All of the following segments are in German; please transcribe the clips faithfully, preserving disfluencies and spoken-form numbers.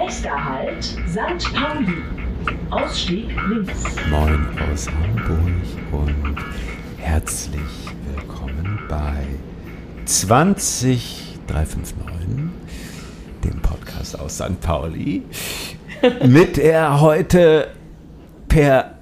Nächster Halt, Sankt Pauli. Ausstieg links. Moin aus Hamburg und herzlich willkommen bei zwanzig dreihundertneunundfünfzig, dem Podcast aus Sankt Pauli, mit der heute per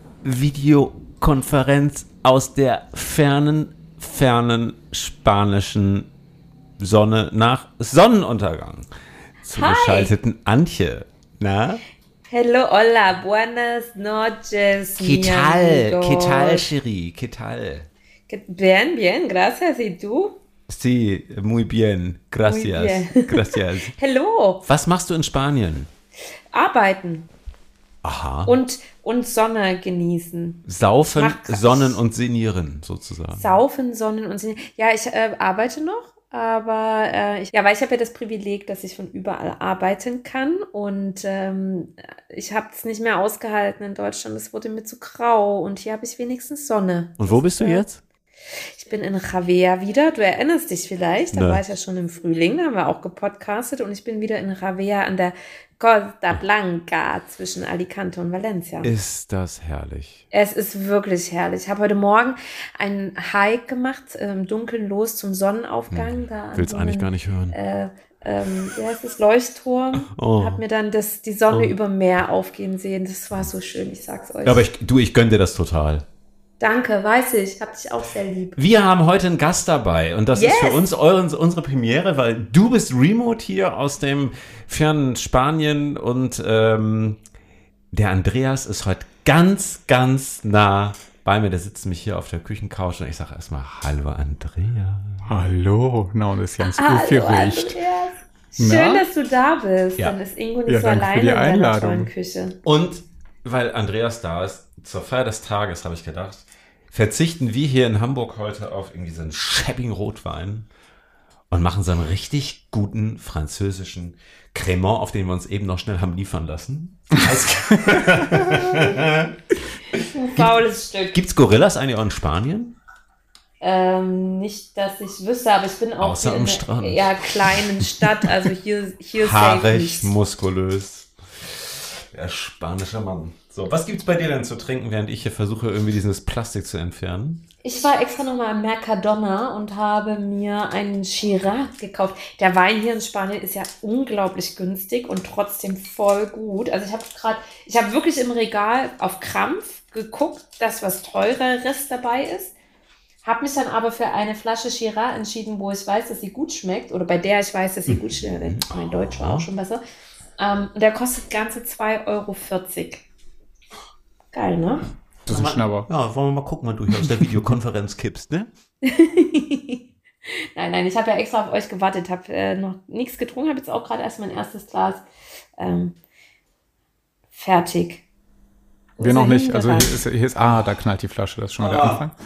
Videokonferenz aus der fernen, fernen spanischen Sonne nach Sonnenuntergang zugeschalteten Antje. Na? Hello, hola, buenas noches, ¿Qué tal? ¿Qué tal, Chérie? ¿Qué tal? Bien, bien, gracias. ¿Y tú? Sí, muy bien. Gracias. Muy bien. Gracias. Hello. Was machst du in Spanien? Arbeiten. Aha. Und, und Sonne genießen. Saufen, Mach- Sonnen und Sinieren sozusagen. Saufen, Sonnen und Singen. Ja, ich äh, arbeite noch, aber äh, ich, ja, weil ich habe ja das Privileg, dass ich von überall arbeiten kann und ähm, ich habe es nicht mehr ausgehalten in Deutschland. Es wurde mir zu grau und hier habe ich wenigstens Sonne. Und wo bist du jetzt? Ich bin in Ravea wieder. Du erinnerst dich vielleicht, da Ne. war ich ja schon im Frühling, da haben wir auch gepodcastet und ich bin wieder in Ravea an der Costa Blanca zwischen Alicante und Valencia. Ist das herrlich. Es ist wirklich herrlich. Ich habe heute Morgen einen Hike gemacht, im Dunkeln los zum Sonnenaufgang. Da an Will's so eigentlich einem, gar nicht hören. Äh, ähm, wie heißt das? Leuchtturm. Oh. Habe mir dann das, die Sonne Oh. über Meer aufgehen sehen. Das war so schön, ich sag's euch. Ja, aber ich, du, ich gönn dir das total. Danke, weiß ich. Hab dich auch sehr lieb. Wir haben heute einen Gast dabei und das Yes. ist für uns euren, unsere Premiere, weil du bist remote hier aus dem fernen Spanien und ähm, der Andreas ist heute ganz, ganz nah bei mir. Der sitzt mich hier auf der Küchencouch und ich sage erstmal Hallo Andreas. Hallo, na und ist ganz Hallo, aufgeregt. Andreas. Schön, Na? dass du da bist. Ja. Dann ist Ingo nicht Ja, so danke für alleine die in deiner Einladung. tollen Küche. Und weil Andreas da ist, zur Feier des Tages habe ich gedacht, verzichten wir hier in Hamburg heute auf irgendwie so einen schäbigen Rotwein und machen so einen richtig guten französischen Cremant, auf den wir uns eben noch schnell haben liefern lassen. Ein faules Stück. Gibt's Gorillas eigentlich auch in Spanien? Ähm, nicht, dass ich wüsste, aber ich bin auch Außer hier am in Strand. einer eher kleinen Stadt. Also hier, hier safe Haarig, nicht. muskulös. Der spanische Mann. So, was gibt's bei dir denn zu trinken, während ich hier versuche, irgendwie dieses Plastik zu entfernen? Ich war extra nochmal im Mercadona und habe mir einen Shiraz gekauft. Der Wein hier in Spanien ist ja unglaublich günstig und trotzdem voll gut. Also ich habe gerade, ich habe wirklich im Regal auf Krampf geguckt, dass was Teureres dabei ist. Habe mich dann aber für eine Flasche Shiraz entschieden, wo ich weiß, dass sie gut schmeckt. Oder bei der ich weiß, dass sie gut schmeckt. Mein Deutsch war auch schon besser. Ähm, und der kostet ganze zwei Euro vierzig. Geil, ne? Das ist ein Schnapper. Ja, wollen wir mal gucken, wann du hier aus der Videokonferenz kippst, ne? Nein, nein, ich habe ja extra auf euch gewartet, habe äh, noch nichts getrunken, habe jetzt auch gerade erst mein erstes Glas ähm, fertig. Wo Wir ist noch er nicht. Also hier hingerannt? ist, hier ist, ah, da knallt die Flasche, das ist schon mal der Ah. Anfang.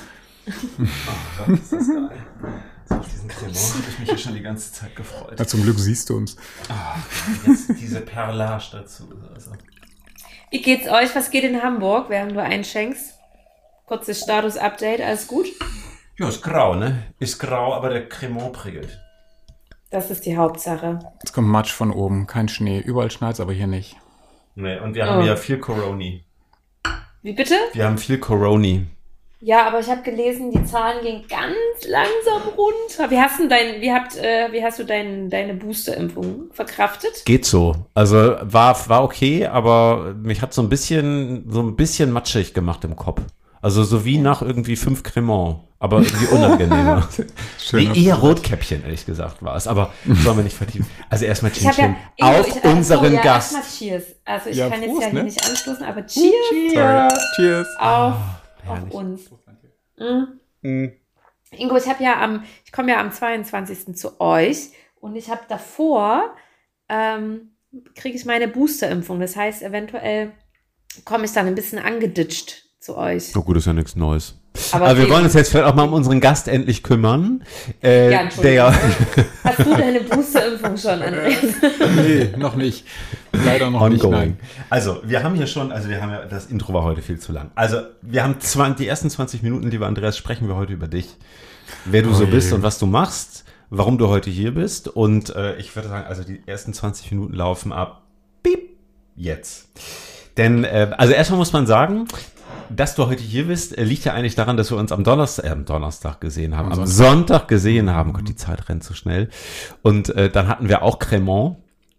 Oh, ist das geil. So, auf diesen Cremant habe ich mich hier schon die ganze Zeit gefreut. Ja, zum Glück siehst du uns. Ah, jetzt diese Perlage dazu. Also. Wie geht's euch? Was geht in Hamburg, während du einschenkst? Kurzes Status-Update, alles gut? Ja, ist grau, ne? Ist grau, aber der Cremant prickelt. Das ist die Hauptsache. Jetzt kommt Matsch von oben, kein Schnee. Überall schneit's, aber hier nicht. Ne, und wir Oh. haben ja viel Coroni. Wie bitte? Wir haben viel Coroni. Ja, aber ich habe gelesen, die Zahlen gehen ganz langsam runter. Wie hast du dein, wie habt, äh, wie hast du dein, deine Boosterimpfung verkraftet? Geht so. Also war, war okay, aber mich hat so ein bisschen, so ein bisschen matschig gemacht im Kopf. Also so wie nach irgendwie fünf Cremant, aber irgendwie unangenehmer. Schön. Nee, eher Rotkäppchen, ehrlich gesagt, war es. Aber sollen wir nicht vertiefen. Also erstmal Ich habe Chin ja Chin auf ich, ach so, unseren ja, Gast. erstmal Cheers. Also ich Ja, kann jetzt Prost, ja hier ne? nicht anstoßen, aber Cheers Sorry. Cheers. auf, herrlich. auf uns. Mhm. Ingo, ich habe ja am, ich komme ja am zweiundzwanzigsten zu euch und ich habe davor ähm, kriege ich meine Boosterimpfung. Das heißt, eventuell komme ich dann ein bisschen angeditscht zu euch. Oh gut, ist ja nichts Neues. Aber Aber wir okay. wollen uns jetzt vielleicht auch mal um unseren Gast endlich kümmern. Äh, Ja, der ja, Hast du deine Boosterimpfung schon, Andreas? Nee, noch nicht. Leider noch nicht, ongoing. nein. Also, wir haben hier schon, also wir haben ja, das Intro war heute viel zu lang. Also, wir haben zwanzig, die ersten zwanzig Minuten, lieber Andreas, sprechen wir heute über dich. Wer du so Oh je. bist und was du machst, warum du heute hier bist. Und äh, ich würde sagen, also die ersten zwanzig Minuten laufen ab. Piep. jetzt. Denn, äh, also erstmal muss man sagen, dass du heute hier bist, äh, liegt ja eigentlich daran, dass wir uns am Donnerstag, äh, am Donnerstag gesehen haben, am, am Sonntag gesehen haben. Gott, die Zeit rennt so schnell. Und äh, dann hatten wir auch Cremant.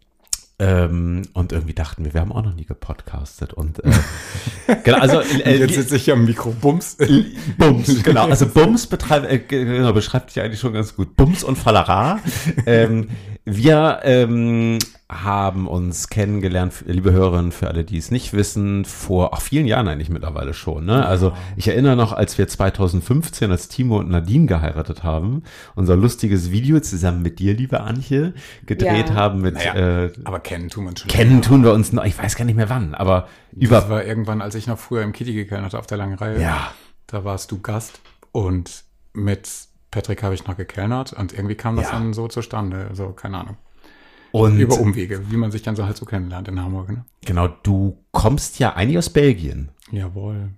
Ähm, und irgendwie dachten wir, wir haben auch noch nie gepodcastet. Und äh, genau, also äh, jetzt sitze ich am Mikro. Bums. Bums, genau. Also Bums betreibt, äh, genau, beschreibt dich eigentlich schon ganz gut. Bums und Fallera. ähm, wir ähm, haben uns kennengelernt, liebe Hörerinnen, für alle, die es nicht wissen, vor auch vielen Jahren eigentlich mittlerweile schon. Ne? Also ich erinnere noch, als wir zwanzig fünfzehn, als Timo und Nadine geheiratet haben, unser lustiges Video zusammen mit dir, liebe Antje, gedreht Ja. haben mit... Naja, äh, aber kennen tun wir uns schon. kennen länger. tun wir uns noch, ich weiß gar nicht mehr wann, aber über... Das war irgendwann, als ich noch früher im Kitty gekellnert hatte, auf der langen Reihe. Ja. Da warst du Gast und mit Patrick habe ich noch gekellnert und irgendwie kam das Ja. dann so zustande. Also keine Ahnung. Und Über Umwege, wie man sich dann so halt so kennenlernt in Hamburg. Ne? genau, du kommst ja eigentlich aus Belgien. Jawohl.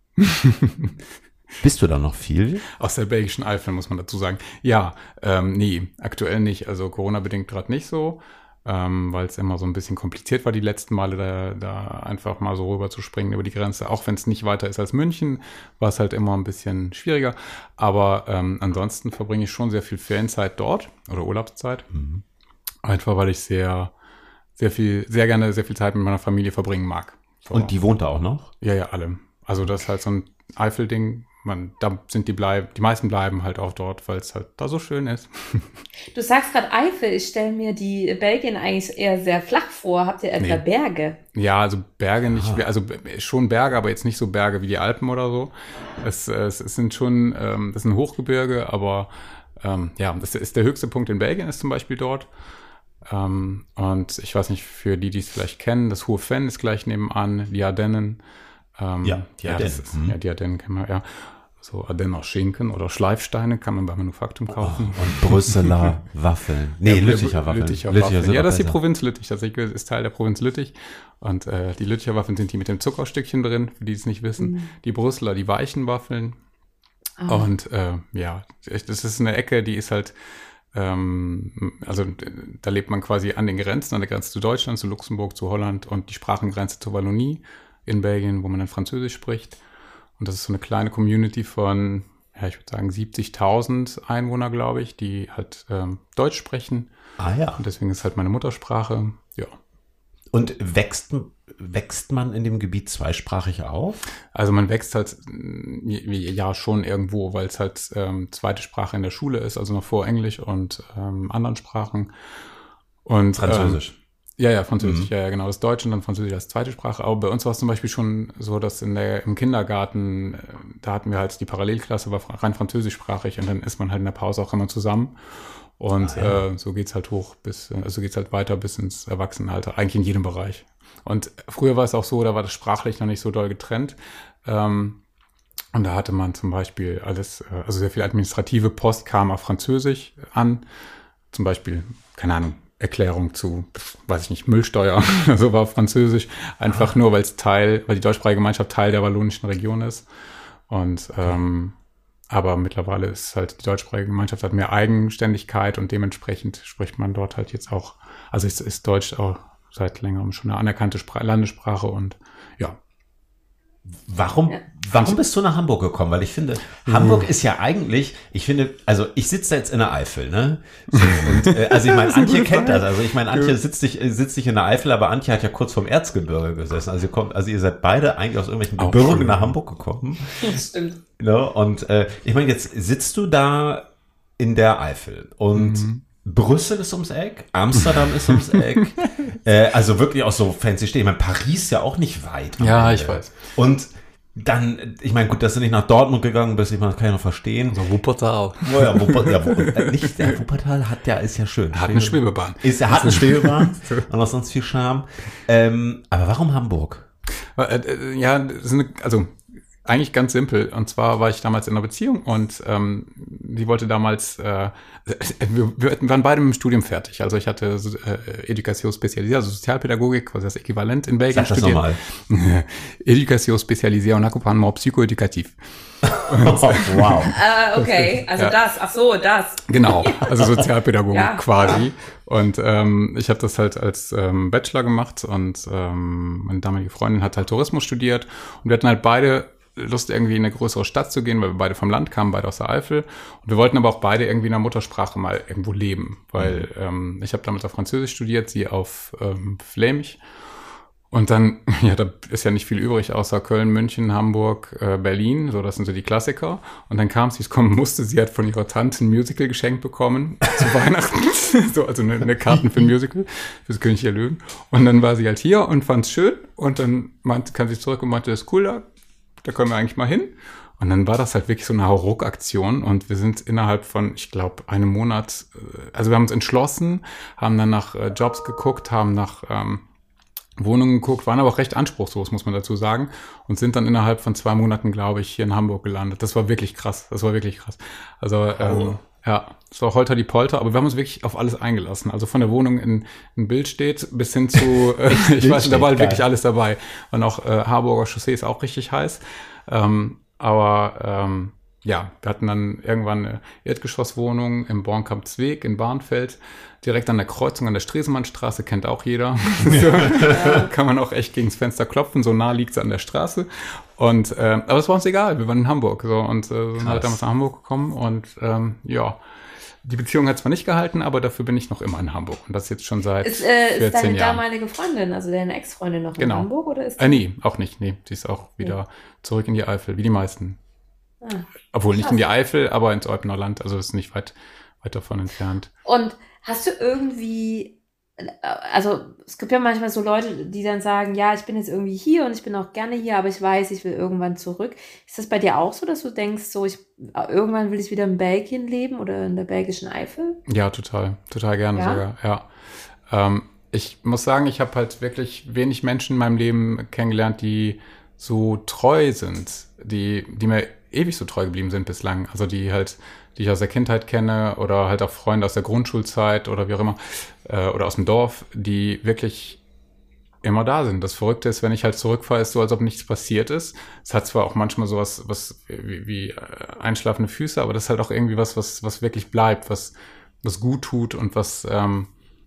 Bist du da noch viel? Aus der belgischen Eifel, muss man dazu sagen. Ja, ähm, nee, aktuell nicht. Also Corona-bedingt gerade nicht so, ähm, weil es immer so ein bisschen kompliziert war, die letzten Male da, da einfach mal so rüber zu springen über die Grenze. Auch wenn es nicht weiter ist als München, war es halt immer ein bisschen schwieriger. Aber ähm, ansonsten verbringe ich schon sehr viel Ferienzeit dort oder Urlaubszeit. Mhm. Einfach weil ich sehr, sehr viel, sehr gerne sehr viel Zeit mit meiner Familie verbringen mag. So. Und die wohnt da auch noch? Ja, ja, alle. Also das ist halt so ein Eifel-Ding. Man, da sind die bleib, die meisten bleiben halt auch dort, weil es halt da so schön ist. Du sagst gerade Eifel, ich stelle mir die Belgien eigentlich eher sehr flach vor. Habt ihr etwa Nee. Berge? Ja, also Berge nicht, also schon Berge, aber jetzt nicht so Berge wie die Alpen oder so. Es, es, es sind schon, ähm, das sind Hochgebirge, aber ähm, ja, das ist der höchste Punkt in Belgien, ist zum Beispiel dort. Ähm, und ich weiß nicht, für die, die es vielleicht kennen, das Hohe Venn ist gleich nebenan, die Ardennen. Ähm, Ja, die ja, das Ardennen. ist, Mhm. ja, die Ardennen kennen wir, ja. So Ardenner Schinken oder Schleifsteine kann man bei Manufaktum kaufen. Und Brüsseler Waffeln. Nee, Ja, Lütticher Waffeln. Lütticher Lütticher Waffeln. sind Ja, auch das ist die besser. Provinz Lüttich. Das ist Teil der Provinz Lüttich. Und äh, die Lütticher Waffeln sind die mit dem Zuckerstückchen drin, für die es nicht wissen. Mhm. Die Brüsseler, die weichen Waffeln. Ah. Und äh, ja, echt, das ist eine Ecke, die ist halt, ähm, also d- da lebt man quasi an den Grenzen, an der Grenze zu Deutschland, zu Luxemburg, zu Holland und die Sprachengrenze zur Wallonie in Belgien, wo man dann Französisch spricht. Und das ist so eine kleine Community von, ja, ich würde sagen siebzigtausend Einwohner, glaube ich, die halt ähm, Deutsch sprechen. Ah ja. Und deswegen ist halt meine Muttersprache, ja. Und wächst, wächst man in dem Gebiet zweisprachig auf? Also man wächst halt mm, ja schon irgendwo, weil es halt ähm, zweite Sprache in der Schule ist, also noch vor Englisch und ähm, anderen Sprachen. Und Französisch. Ähm, ja, ja, Französisch, Mhm. ja, ja, genau. Das Deutsch und dann Französisch als zweite Sprache. Aber bei uns war es zum Beispiel schon so, dass in der, im Kindergarten, äh, da hatten wir halt die Parallelklasse, war fra- rein französischsprachig und dann ist man halt in der Pause auch immer zusammen. Und Ah, ja. äh, so geht's halt hoch bis, also geht's halt weiter bis ins Erwachsenenalter, eigentlich in jedem Bereich. Und früher war es auch so, da war das sprachlich noch nicht so doll getrennt. Ähm, und da hatte man zum Beispiel alles, äh, also sehr viel administrative Post kam auf Französisch an. Zum Beispiel, keine Ahnung, Erklärung zu, weiß ich nicht, Müllsteuer, so war auf Französisch. Einfach nur, weil es Teil, weil die deutschsprachige Gemeinschaft Teil der wallonischen Region ist. Und ähm, aber mittlerweile ist halt die deutschsprachige Gemeinschaft hat mehr Eigenständigkeit und dementsprechend spricht man dort halt jetzt auch, also ist, ist Deutsch auch seit längerem schon eine anerkannte Spra- Landessprache und ja. Warum, Ja. warum bist du nach Hamburg gekommen? Weil ich finde, Hamburg ist ja eigentlich, ich finde, also ich sitze da jetzt in der Eifel, ne? So, und, äh, also ich meine, Das ist eine Antje gute kennt Frage. das. Also ich meine, Antje sitzt nicht, sitzt nicht in der Eifel, aber Antje hat ja kurz vorm Erzgebirge gesessen. Also ihr kommt, also ihr seid beide eigentlich aus irgendwelchen Auch Gebirgen schön. nach Hamburg gekommen. Das stimmt. Ne? Und äh, ich meine, jetzt sitzt du da in der Eifel und Mhm. Brüssel ist ums Eck, Amsterdam ist ums Eck. äh, also wirklich auch so fancy stehen. Ich meine, Paris ja auch nicht weit. am Ja, Ende. ich weiß. Und dann, ich meine, gut, dass du nicht nach Dortmund gegangen bist, ich meine, das kann ich noch verstehen. So Wuppertal. Oh ja, Wupper, ja, Wu- äh, nicht, der Wuppertal hat ja, ist ja schön. Hat eine Schwebebahn. Ist, er hat eine Schwebebahn und auch sonst viel Charme. Ähm, aber warum Hamburg? Äh, äh, Ja, das ist eine, also eigentlich ganz simpel. Und zwar war ich damals in einer Beziehung und ähm, die wollte damals, äh, wir, wir waren beide mit dem Studium fertig. Also ich hatte äh, Education Spécialisée, also Sozialpädagogik, quasi das Äquivalent in Belgien Sag das studiert. nochmal. Education Spécialisée en accompagnement psychoéducatif. Wow. Äh, okay, also Ja. das, ach so, das. Genau, also Sozialpädagogik Ja. quasi. Und ähm, ich habe das halt als ähm, Bachelor gemacht und ähm, meine damalige Freundin hat halt Tourismus studiert und wir hatten halt beide Lust, irgendwie in eine größere Stadt zu gehen, weil wir beide vom Land kamen, beide aus der Eifel. Und wir wollten aber auch beide irgendwie in der Muttersprache mal irgendwo leben, weil ähm, ich habe damals auf Französisch studiert, sie auf ähm, Flämisch. Und dann, ja, da ist ja nicht viel übrig, außer Köln, München, Hamburg, äh, Berlin, so, das sind so die Klassiker. Und dann kam es, wie es kommen musste, sie hat von ihrer Tante ein Musical geschenkt bekommen, zu Weihnachten, so, also eine, eine Karten für ein Musical, fürs König der Löwen. Und dann war sie halt hier und fand's schön und dann meinte, kam sie zurück und meinte, das ist cool da, da können wir eigentlich mal hin. Und dann war das halt wirklich so eine Hauruck-Aktion und wir sind innerhalb von, ich glaube, einem Monat, äh, also wir haben uns entschlossen, haben dann nach äh, Jobs geguckt, haben nach ähm, Wohnungen geguckt, waren aber auch recht anspruchslos, muss man dazu sagen, und sind dann innerhalb von zwei Monaten, glaube ich, hier in Hamburg gelandet. Das war wirklich krass, das war wirklich krass. Also, ähm, ja, es war Holter die Polter, aber wir haben uns wirklich auf alles eingelassen. Also von der Wohnung in, in Billstedt bis hin zu, äh, ich weiß nicht, da war halt wirklich alles dabei. Und auch äh, Harburger Chaussee ist auch richtig heiß. Ähm, aber ähm, ja, wir hatten dann irgendwann eine Erdgeschosswohnung im Bornkampsweg in Barnfeld, direkt an der Kreuzung an der Stresemannstraße, kennt auch jeder. Ja. Kann man auch echt gegens Fenster klopfen, so nah liegt es an der Straße. Und äh, aber es war uns egal, wir waren in Hamburg so und äh, sind halt damals nach Hamburg gekommen und ähm, ja, die Beziehung hat zwar nicht gehalten, aber dafür bin ich noch immer in Hamburg und das jetzt schon seit Ist, äh, ist vierzehn deine Jahren. damalige Freundin, also deine Ex-Freundin noch in Genau. Hamburg oder ist die? Äh, nee, auch nicht, nee, sie ist auch wieder zurück in die Eifel, wie die meisten. Ah. Obwohl nicht Krass. in die Eifel, aber ins Eupener Land, also ist nicht weit, weit davon entfernt. Und hast du irgendwie, also es gibt ja manchmal so Leute, die dann sagen, ja, ich bin jetzt irgendwie hier und ich bin auch gerne hier, aber ich weiß, ich will irgendwann zurück. Ist das bei dir auch so, dass du denkst, so ich irgendwann will ich wieder in Belgien leben oder in der belgischen Eifel? Ja, total, total gerne Ja? sogar, ja. Ähm, ich muss sagen, ich habe halt wirklich wenig Menschen in meinem Leben kennengelernt, die so treu sind, die, die mir ewig so treu geblieben sind bislang. Also die halt, die ich aus der Kindheit kenne oder halt auch Freunde aus der Grundschulzeit oder wie auch immer, äh, oder aus dem Dorf, die wirklich immer da sind. Das Verrückte ist, wenn ich halt zurückfahre, ist so, als ob nichts passiert ist. Es hat zwar auch manchmal sowas, was wie, wie äh, einschlafende Füße, aber das ist halt auch irgendwie was, was, was wirklich bleibt, was, was gut tut und was, ähm,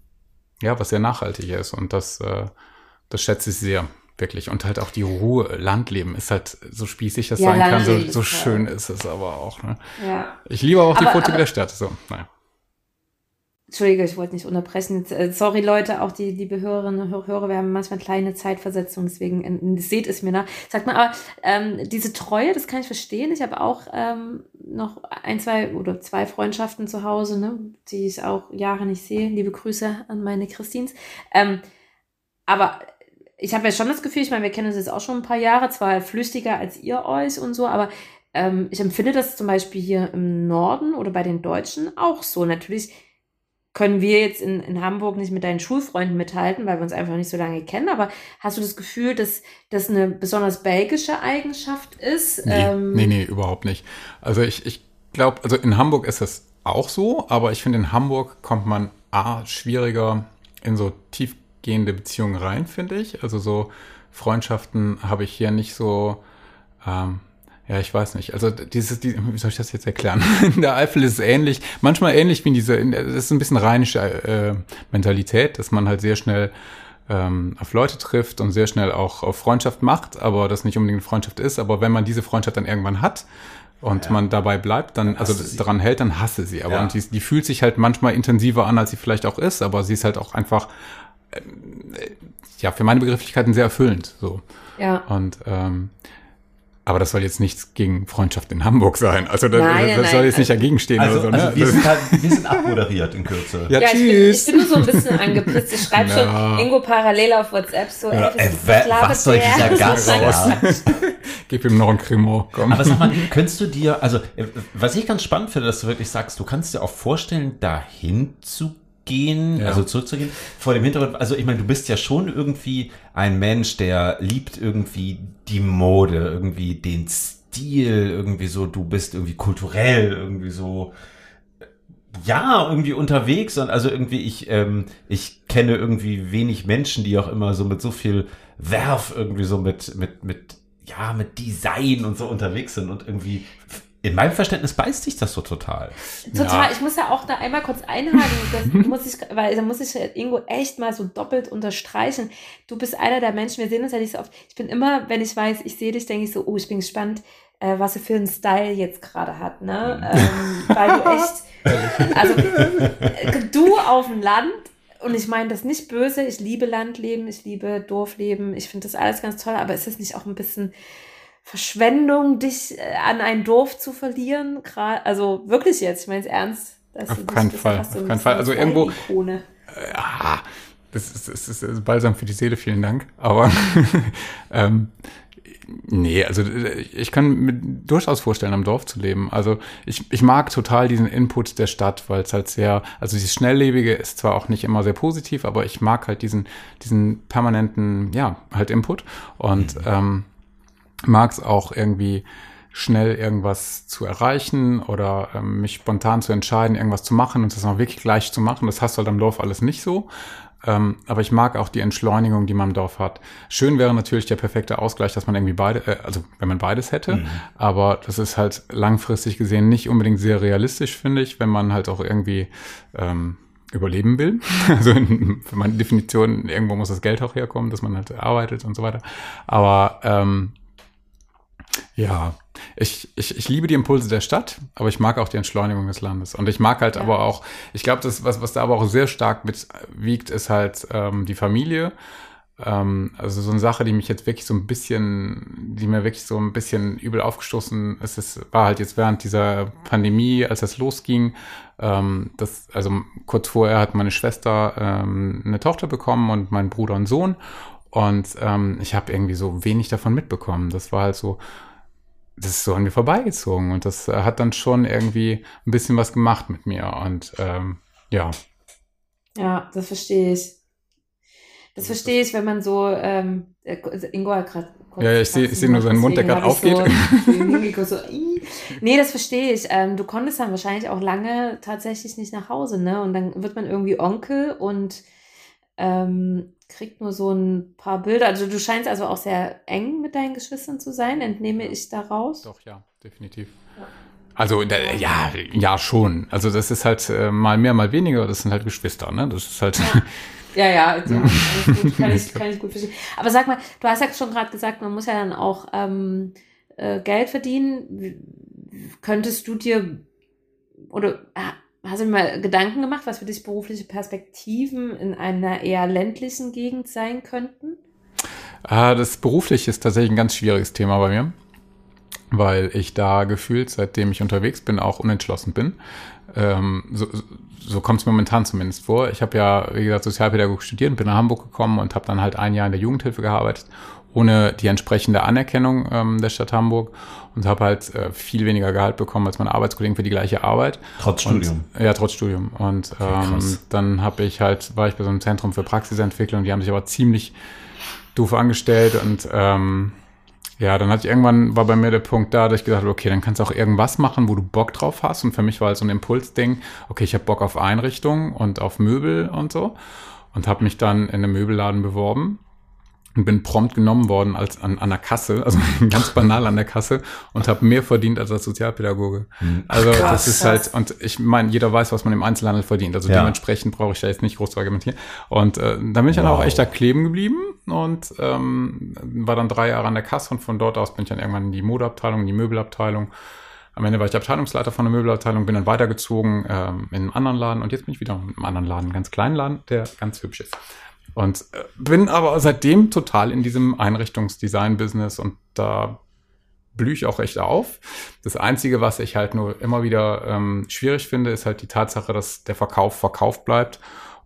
ja, was sehr nachhaltig ist. Und das, äh, das schätze ich sehr. Wirklich. Und halt auch die Ruhe, Landleben ist halt so spießig das Ja, sein kann, so, Landleben so ist schön toll. ist es aber auch. Ne? Ja. Ich liebe auch die Aber- Vorzüge aber- der Stadt. So, naja. Entschuldige, ich wollte nicht unterbrechen. Jetzt, äh, Sorry, Leute, auch die, die Hörerinnen und Hörer, wir haben manchmal kleine Zeitversetzungen, deswegen äh, seht es mir nach. Sagt mal, aber ähm, diese Treue, das kann ich verstehen. Ich habe auch ähm, noch ein, zwei oder zwei Freundschaften zu Hause, ne, die ich auch Jahre nicht sehe. Liebe Grüße an meine Christins. Ähm, aber ich habe ja schon das Gefühl, ich meine, wir kennen uns jetzt auch schon ein paar Jahre, zwar flüchtiger als ihr euch und so, aber ähm, ich empfinde das zum Beispiel hier im Norden oder bei den Deutschen auch so. Natürlich können wir jetzt in, in Hamburg nicht mit deinen Schulfreunden mithalten, weil wir uns einfach nicht so lange kennen, aber hast du das Gefühl, dass das eine besonders belgische Eigenschaft ist? Nee, Ähm, nee, nee, überhaupt nicht. Also ich, ich glaube, also in Hamburg ist das auch so, aber ich finde, in Hamburg kommt man A, schwieriger in so tiefgehende Beziehungen rein, finde ich. Also so Freundschaften habe ich hier nicht so, ähm, ja, ich weiß nicht. Also dieses, die, wie soll ich das jetzt erklären? In der Eifel ist es ähnlich, manchmal ähnlich wie in diese, das ist ein bisschen rheinische äh, Mentalität, dass man halt sehr schnell ähm, auf Leute trifft und sehr schnell auch auf Freundschaft macht, aber das nicht unbedingt eine Freundschaft ist. Aber wenn man diese Freundschaft dann irgendwann hat und Ja. man dabei bleibt, dann, Dann also hasst du sie. daran hält, dann hasse sie. Aber Ja. und die, die fühlt sich halt manchmal intensiver an, als sie vielleicht auch ist, aber sie ist halt auch einfach, ähm, äh, ja, für meine Begrifflichkeiten sehr erfüllend. So. Ja. Und ähm, aber das soll jetzt nichts gegen Freundschaft in Hamburg sein. Also das, Nein, das nein, soll nein. jetzt nicht dagegen stehen Also, oder so. also Ne? wir, Das- sind halt, wir sind abmoderiert in Kürze. Ja, Ja, ich bin, tschüss. ich bin nur so ein bisschen angepisst. Ich schreibe Ja. schon Ingo parallel auf WhatsApp so, Ja, ey, ey, was, wa- was labert was soll der? dieser Gast Was- raus? Gib ihm noch ein Cremant, komm. Aber sag mal, könntest du dir, also äh, was ich ganz spannend finde, dass du wirklich sagst, du kannst dir auch vorstellen, dahin zu gehen, Ja. also zurückzugehen, vor dem Hintergrund, also ich meine, du bist ja schon irgendwie ein Mensch, der liebt irgendwie die Mode, irgendwie den Stil, irgendwie so, du bist irgendwie kulturell, irgendwie so, ja, irgendwie unterwegs und also irgendwie ich, ähm, ich kenne irgendwie wenig Menschen, die auch immer so mit so viel Werf irgendwie so mit, mit, mit, ja, mit Design und so unterwegs sind und irgendwie in meinem Verständnis beißt sich das so total. Total, Ja. ich muss ja auch da einmal kurz einhaken, das muss ich, weil da muss ich irgendwo echt mal so doppelt unterstreichen. Du bist einer der Menschen, wir sehen uns ja nicht so oft. Ich bin immer, wenn ich weiß, ich sehe dich, denke ich so, oh, ich bin gespannt, äh, was er für einen Style jetzt gerade hat, ne? Ähm, weil du echt, also äh, du auf dem Land, und ich meine das nicht böse, ich liebe Landleben, ich liebe Dorfleben, ich finde das alles ganz toll, aber ist es nicht auch ein bisschen Verschwendung, dich äh, an ein Dorf zu verlieren? Gerade, also wirklich jetzt, ich meine es ernst. Dass Auf du dich- keinen das ist Fall, fast so auf ein keinen Fall. Also bisschen irgendwo- Style-Ikone. Ja, das ist, das ist, das ist balsam für die Seele, vielen Dank. Aber ähm, nee, also ich kann mir durchaus vorstellen, am Dorf zu leben. Also ich, ich mag total diesen Input der Stadt, weil es halt sehr, also dieses Schnelllebige ist zwar auch nicht immer sehr positiv, aber ich mag halt diesen, diesen permanenten, ja, halt Input und ähm, mag es auch irgendwie schnell irgendwas zu erreichen oder ähm, mich spontan zu entscheiden, irgendwas zu machen und das auch wirklich gleich zu machen. Das hast du halt am Dorf alles nicht so. Ähm, aber ich mag auch die Entschleunigung, die man im Dorf hat. Schön wäre natürlich der perfekte Ausgleich, dass man irgendwie beide, äh, also wenn man beides hätte. Mhm. Aber das ist halt langfristig gesehen nicht unbedingt sehr realistisch, finde ich, wenn man halt auch irgendwie ähm, überleben will. Also in, für meine Definition, irgendwo muss das Geld auch herkommen, dass man halt arbeitet und so weiter. Aber ähm, ja, ich, ich, ich liebe die Impulse der Stadt, aber ich mag auch die Entschleunigung des Landes. Und ich mag halt ja. aber auch, ich glaube, das, was, was da aber auch sehr stark mitwiegt, ist halt ähm, die Familie. Ähm, also so eine Sache, die mich jetzt wirklich so ein bisschen, die mir wirklich so ein bisschen übel aufgestoßen ist, es war halt jetzt während dieser Pandemie, als das losging, ähm, das, also kurz vorher hat meine Schwester ähm, eine Tochter bekommen und mein Bruder einen Sohn. Und ähm, ich habe irgendwie so wenig davon mitbekommen. Das war halt so, das ist so an mir vorbeigezogen. Und das äh, hat dann schon irgendwie ein bisschen was gemacht mit mir. Und ähm, ja. Ja, das verstehe ich. Das verstehe ich, wenn man so, ähm, Ingo hat gerade Ja, ja, ich sehe ich seh nur seinen Mund, der gerade aufgeht. So, so, nee, das verstehe ich. Ähm, du konntest dann wahrscheinlich auch lange tatsächlich nicht nach Hause, ne? Und dann wird man irgendwie Onkel und ähm, kriegt nur so ein paar Bilder. Also du scheinst also auch sehr eng mit deinen Geschwistern zu sein, entnehme ich daraus. Doch, ja, definitiv. Ja. Also, da, ja, ja, schon. Also das ist halt äh, mal mehr, mal weniger. Das sind halt Geschwister, ne? Das ist halt... Ja. Ja, ja, also, alles gut, kann, ich, kann ich gut verstehen. Aber sag mal, du hast ja schon gerade gesagt, man muss ja dann auch ähm, äh, Geld verdienen. Könntest du dir, oder hast du dir mal Gedanken gemacht, was für dich berufliche Perspektiven in einer eher ländlichen Gegend sein könnten? Ah, das Berufliche ist tatsächlich ein ganz schwieriges Thema bei mir, weil ich da gefühlt, seitdem ich unterwegs bin, auch unentschlossen bin. Ähm, so so kommt es momentan zumindest vor. Ich habe ja, wie gesagt, Sozialpädagogik studiert, bin nach Hamburg gekommen und habe dann halt ein Jahr in der Jugendhilfe gearbeitet, ohne die entsprechende Anerkennung ähm, der Stadt Hamburg und habe halt äh, viel weniger Gehalt bekommen als meine Arbeitskollegen für die gleiche Arbeit. Trotz und, Studium? Ja, trotz Studium. Und ähm, okay, dann habe ich halt, war ich bei so einem Zentrum für Praxisentwicklung, die haben sich aber ziemlich doof angestellt und ähm, ja, dann hatte ich irgendwann, war bei mir der Punkt da, dass ich gesagt habe, okay, dann kannst du auch irgendwas machen, wo du Bock drauf hast. Und für mich war halt so ein Impulsding, okay, ich habe Bock auf Einrichtung und auf Möbel und so. Und habe mich dann in einem Möbelladen beworben und bin prompt genommen worden als an, an der Kasse, also ganz banal an der Kasse und habe mehr verdient als als Sozialpädagoge. Also Ach, krass, das ist halt, und ich meine, jeder weiß, was man im Einzelhandel verdient. Also ja. dementsprechend brauche ich da jetzt nicht groß zu argumentieren. Und äh, da bin ich wow. dann auch echt da kleben geblieben und ähm, war dann drei Jahre an der Kasse und von dort aus bin ich dann irgendwann in die Modeabteilung, in die Möbelabteilung. Am Ende war ich Abteilungsleiter von der Möbelabteilung, bin dann weitergezogen ähm, in einem anderen Laden und jetzt bin ich wieder in einem anderen Laden, einen ganz kleinen Laden, der ganz hübsch ist. Und äh, bin aber seitdem total in diesem Einrichtungsdesign-Business und da blühe ich auch echt auf. Das Einzige, was ich halt nur immer wieder ähm, schwierig finde, ist halt die Tatsache, dass der Verkauf verkauft bleibt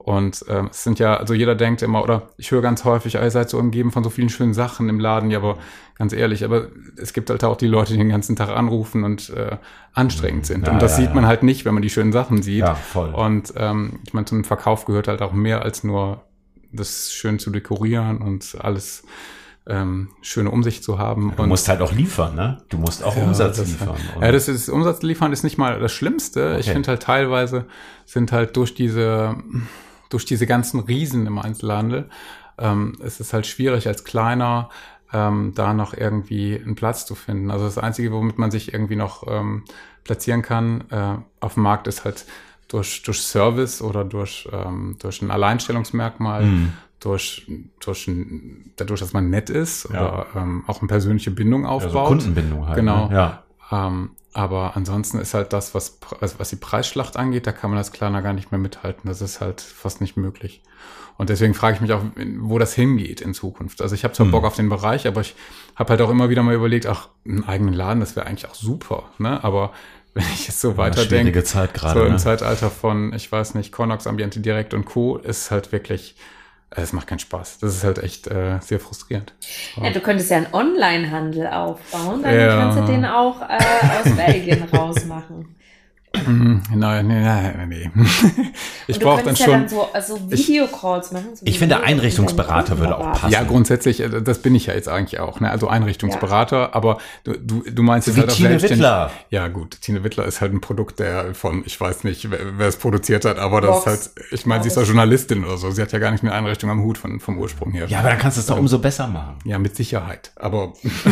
Und ähm, es sind ja, also jeder denkt immer, oder ich höre ganz häufig, ah, ihr seid so umgeben von so vielen schönen Sachen im Laden, ja, aber ganz ehrlich, aber es gibt halt auch die Leute, die den ganzen Tag anrufen und äh, anstrengend sind. Ja, und das ja, sieht ja. man halt nicht, wenn man die schönen Sachen sieht. Ja, voll. Und ähm, ich meine, zum Verkauf gehört halt auch mehr als nur das schön zu dekorieren und alles ähm, schöne Umsicht zu haben. Du und musst halt auch liefern, ne? Du musst auch Umsatz das, liefern. Ja, das ist Umsatz liefern ist nicht mal das Schlimmste. Okay. Ich finde halt teilweise sind halt durch diese durch diese ganzen Riesen im Einzelhandel ähm, ist es halt schwierig als kleiner ähm, da noch irgendwie einen Platz zu finden. Also das Einzige, womit man sich irgendwie noch ähm, platzieren kann äh, auf dem Markt ist halt durch durch Service oder durch ähm, durch ein Alleinstellungsmerkmal. Mhm. Durch, durch ein, dadurch, dass man nett ist Ja. oder ähm, auch eine persönliche Bindung aufbaut. Ja, so Kundenbindung halt. Genau. Ne? Ja. Ähm, aber ansonsten ist halt das, was, was, was die Preisschlacht angeht, da kann man als Kleiner gar nicht mehr mithalten. Das ist halt fast nicht möglich. Und deswegen frage ich mich auch, wo das hingeht in Zukunft. Also ich habe zwar Hm. Bock auf den Bereich, aber ich habe halt auch immer wieder mal überlegt, ach, einen eigenen Laden, das wäre eigentlich auch super. Ne? Aber wenn ich jetzt so weiterdenke, schwierige Zeit gerade, so im ne? Zeitalter von, ich weiß nicht, Connox, Ambiente Direkt und Co., ist halt wirklich, es macht keinen Spaß. Das ist halt echt äh, sehr frustrierend. Ja, du könntest ja einen Online-Handel aufbauen, dann Ja. kannst du den auch äh, aus Belgien rausmachen. Nein, nein, nein, nee. Ich Und du brauche dann könntest ja schon. dann so also Videocalls machen. So Ich finde, Video- Einrichtungsberater würde auch Berater. passen. Ja, grundsätzlich, äh, das bin ich ja jetzt eigentlich auch, ne? Also Einrichtungsberater, aber du, du, du meinst So jetzt wie halt auch Tine selbstständig- Wittler. Ja, gut, Tine Wittler ist halt ein Produkt der von, ich weiß nicht, wer, wer es produziert hat, aber das Vox, ist halt, ich meine, sie ist ja Journalistin oder so, sie hat ja gar nicht mehr Einrichtung am Hut von, vom Ursprung her. Ja, aber dann kannst du es doch umso besser machen. Ja, mit Sicherheit. Aber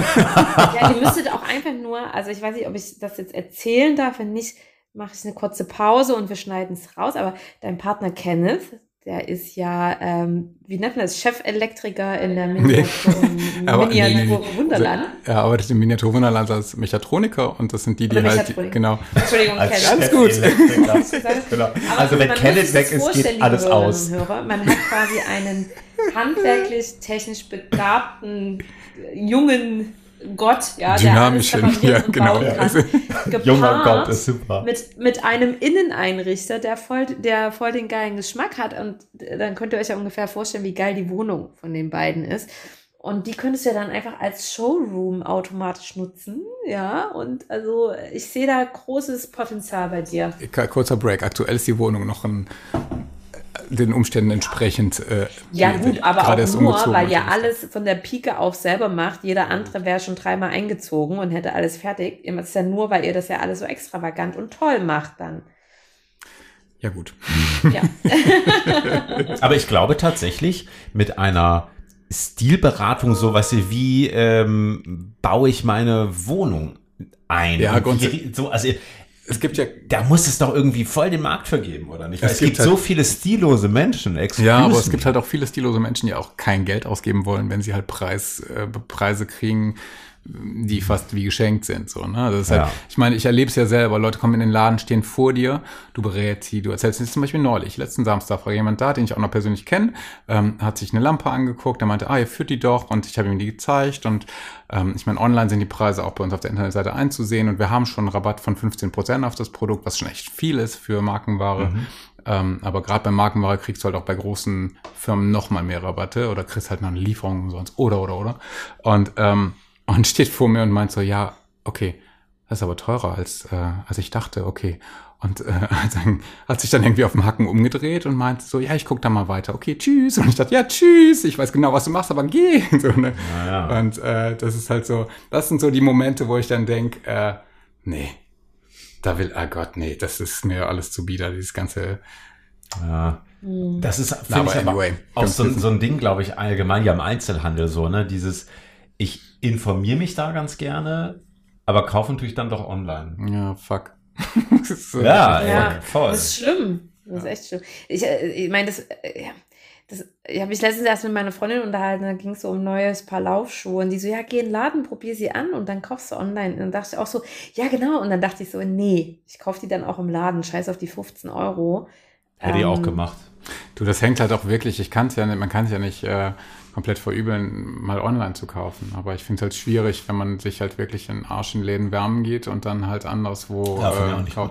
Ja, ihr müsstet auch einfach nur, also ich weiß nicht, ob ich das jetzt erzählen darf, wenn nicht, mache ich eine kurze Pause und wir schneiden es raus, aber dein Partner Kenneth, der ist ja, ähm, wie nennt man das, Chefelektriker in der Miniatur, Aber nee, nee, Miniatur nee. Wunderland. er arbeitet im Miniaturwunderland als Mechatroniker und das sind die, die Oder halt, Mechatroniker. genau. Entschuldigung, Als Kenneth. Alles gut. Genau. Aber Also wenn man Kenneth muss sich weg das ist, vorstellen, geht alles liebe Hörerinnen aus. und Hörer. Man hat quasi einen handwerklich, technisch begabten, jungen Gott, ja, Dynamischen, der alles reparieren ja, und genau. bauen Ja, kann, also- Junger gepaart Gott ist super. mit, mit einem Inneneinrichter, der voll, der voll den geilen Geschmack hat. Und dann könnt ihr euch ja ungefähr vorstellen, wie geil die Wohnung von den beiden ist. Und die könntest du ja dann einfach als Showroom automatisch nutzen. Ja, und also ich sehe da großes Potenzial bei dir. Kurzer Break. Aktuell ist die Wohnung noch ein, den Umständen entsprechend. Äh, Ja die- gut, aber gerade auch erst nur, umgezogen weil ja natürlich. alles von der Pike auf selber macht. Jeder andere wäre schon dreimal eingezogen und hätte alles fertig. Es ist ja nur, weil ihr das ja alles so extravagant und toll macht dann. Ja, gut. Ja. Aber ich glaube tatsächlich, mit einer Stilberatung, so was wie ähm, baue ich meine Wohnung ein. Ja, Und grundsätzlich- wie- so, also Es gibt ja. da muss es doch irgendwie voll den Markt vergeben, oder nicht? Weil Es es gibt gibt halt- so viele stillose Menschen. Excuse Ja, aber es me. gibt halt auch viele stillose Menschen, die auch kein Geld ausgeben wollen, wenn sie halt Preis, äh, Preise kriegen, die fast wie geschenkt sind. So, ne? Das ist halt, Ja. ich meine, ich erlebe es ja selber. Leute kommen in den Laden, stehen vor dir, du berätst sie, du erzählst jetzt zum Beispiel neulich, letzten Samstag war jemand da, den ich auch noch persönlich kenne, ähm, hat sich eine Lampe angeguckt, der meinte, ah, ihr führt die doch, und ich habe ihm die gezeigt, und ähm, ich meine, online sind die Preise auch bei uns auf der Internetseite einzusehen, und wir haben schon einen Rabatt von fünfzehn Prozent auf das Produkt, was schon echt viel ist für Markenware. Mhm. Ähm, aber gerade bei Markenware kriegst du halt auch bei großen Firmen noch mal mehr Rabatte oder kriegst halt noch eine Lieferung umsonst oder, oder, oder. Und, ähm, und steht vor mir und meint so, ja, okay, das ist aber teurer als, äh, als ich dachte, okay. Und äh, dann hat sich dann irgendwie auf dem Hacken umgedreht und meinte so, ja, ich guck da mal weiter, okay, tschüss. Und ich dachte, ja, tschüss, ich weiß genau, was du machst, aber geh. So, ne? Ja, ja. Und äh, das ist halt so, das sind so die Momente, wo ich dann denk, äh, nee, da will, ah Gott, nee, das ist mir alles zu bieder, dieses ganze. Ja. Das ist, Na, finde aber ich, aber anyway, auch so, ganz- so ein Ding, glaube ich, allgemein ja im Einzelhandel so, ne? Dieses, ich informiere mich da ganz gerne, aber kaufen tue ich dann doch online. Ja, fuck. Das ist so- Ja, Ja, ja, voll. das ist schlimm. Das ist echt schlimm. Ich, äh, ich meine, das, äh, ja, das ich habe mich letztens erst mit meiner Freundin unterhalten, da ging es so um ein neues Paar Laufschuhe und die so, ja, geh in den Laden, probier sie an und dann kaufst du online. Und dann dachte ich auch so, ja, genau. Und dann dachte ich so, nee, ich kaufe die dann auch im Laden, scheiß auf die fünfzehn Euro. Hätte ich auch Ähm, gemacht. Du, das hängt halt auch wirklich, ich kann es ja nicht, man kann es ja nicht äh, komplett verübeln, mal online zu kaufen. Aber ich finde es halt schwierig, wenn man sich halt wirklich in Arsch in Läden wärmen geht und dann halt anderswo Ja, finde ich auch äh, nicht kauft. gut.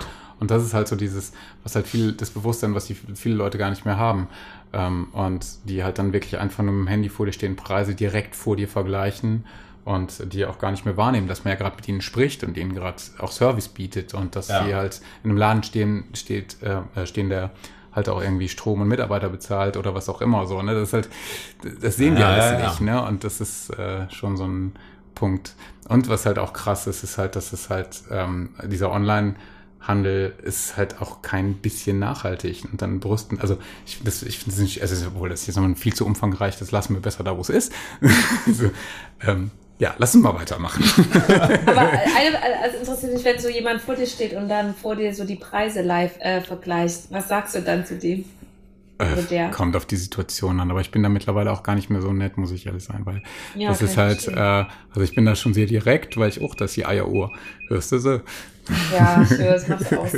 Und das ist halt so dieses, was halt viel, das Bewusstsein, was die viele Leute gar nicht mehr haben. Ähm, und die halt dann wirklich einfach nur mit dem Handy vor dir stehen, Preise direkt vor dir vergleichen und die auch gar nicht mehr wahrnehmen, dass man ja gerade mit ihnen spricht und ihnen gerade auch Service bietet und dass Ja. die halt in einem Laden stehen, steht, äh, stehen, der halt auch irgendwie Strom und Mitarbeiter bezahlt oder was auch immer so, ne? Das ist halt, das sehen die Ja, alles ja, ja. nicht, ne? Und das ist äh, schon so ein Punkt. Und was halt auch krass ist, ist halt, dass es halt ähm, dieser Online-Handel ist halt auch kein bisschen nachhaltig. Und dann brüsten, also ich, das, ich finde es nicht, also obwohl das jetzt noch viel zu umfangreich, das lassen wir besser da, wo es ist. so, ähm, ja, lass uns mal weitermachen. Aber eine, also interessiert mich, wenn so jemand vor dir steht und dann vor dir so die Preise live äh, vergleicht. Was sagst du dann zu dem? Oder der? Äh, kommt auf die Situation an, aber ich bin da mittlerweile auch gar nicht mehr so nett, muss ich ehrlich sein, weil Ja, das kann ist ich halt, verstehen. äh, also ich bin da schon sehr direkt, weil ich auch, das ist die Eieruhr. Hörst du so? Ja, ich höre, es macht aus.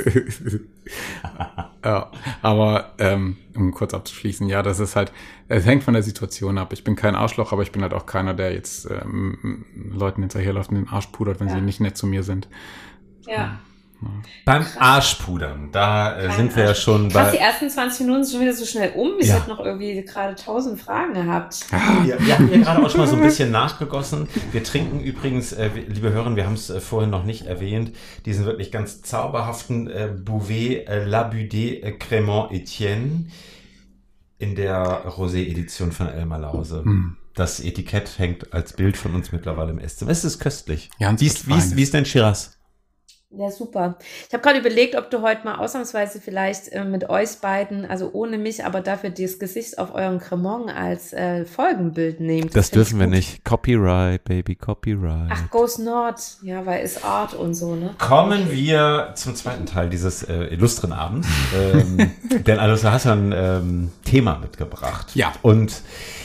Ja, aber ähm, um kurz abzuschließen, ja, das ist halt, es hängt von der Situation ab. Ich bin kein Arschloch, aber ich bin halt auch keiner, der jetzt ähm, Leuten hinterherläuft und den Arsch pudert, wenn Ja. sie nicht nett zu mir sind. Ja. Beim Arschpudern, da äh, Kein sind wir ja Arsch. schon Krass, die bei... ersten zwanzig Minuten sind schon wieder so schnell um. Ich Ja. hätte noch irgendwie gerade tausend Fragen gehabt. Wir, wir hatten hier gerade auch schon mal so ein bisschen nachgegossen. Wir trinken übrigens, äh, wir- liebe Hörer, wir haben es äh, vorhin noch nicht erwähnt, diesen wirklich ganz zauberhaften äh, Bouvet äh, Labudé äh, Crémant Etienne in der Rosé-Edition von Elmar Lause. Hm. Das Etikett hängt als Bild von uns mittlerweile im Esszimmer. Es ist köstlich. Ganz Wie ist, wie was ist, wie ist denn Shiraz? Ja, super. Ich habe gerade überlegt, ob du heute mal ausnahmsweise vielleicht äh, mit euch beiden, also ohne mich, aber dafür das Gesicht auf euren Cremant als äh, Folgenbild nehmt. Das find ich dürfen wir gut. nicht. Copyright, Baby, Copyright. Ach, Ghost Nord. Ja, weil ist Art und so, ne? Kommen wir zum zweiten Teil dieses äh, illustren Abends. ähm, denn also du hast ja ein ähm, Thema mitgebracht. Ja. Und